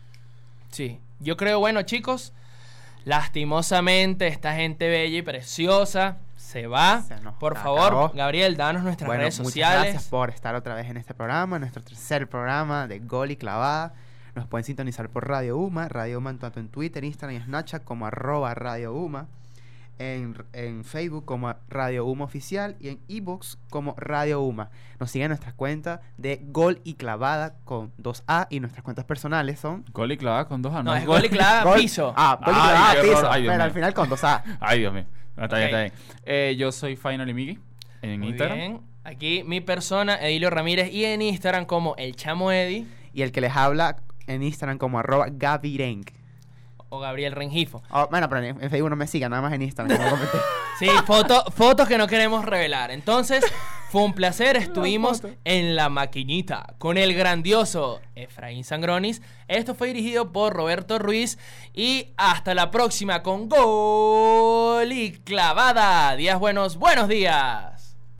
Speaker 2: Sí. Yo creo, bueno, chicos... Lastimosamente, esta gente bella y preciosa se va. Por favor, Gabriel, danos nuestras redes sociales.
Speaker 4: Muchas gracias por estar otra vez en este programa, nuestro tercer programa de Gol y Clavada. Nos pueden sintonizar por Radio Uma tanto en Twitter, Instagram y Snapchat como @Radio Uma. En Facebook como Radio Uma Oficial y en iVoox como Radio Uma. Nos siguen nuestras cuentas de Gol y Clavada con 2A y nuestras cuentas personales son...
Speaker 3: Gol y Clavada con 2A,
Speaker 2: no es Gol y Clavada Piso.
Speaker 4: Gol y Clavada Piso, pero al final con 2A.
Speaker 3: Ay, Dios mío. Está bien. Yo soy Finally Miggy en Instagram.
Speaker 2: Bien. Aquí mi persona, Edilio Ramírez, y en Instagram como El Chamo Edi.
Speaker 4: Y el que les habla en Instagram como @Gavirenk.
Speaker 2: o Gabriel Rengifo.
Speaker 4: Bueno, pero en Facebook no me sigan, nada más en Instagram.
Speaker 2: Sí, fotos que no queremos revelar. Entonces, fue un placer. Estuvimos en La Maquinita con el grandioso Efraín Sangronis. Esto fue dirigido por Roberto Ruiz. Y hasta la próxima con Gol y Clavada. Días buenos, buenos días.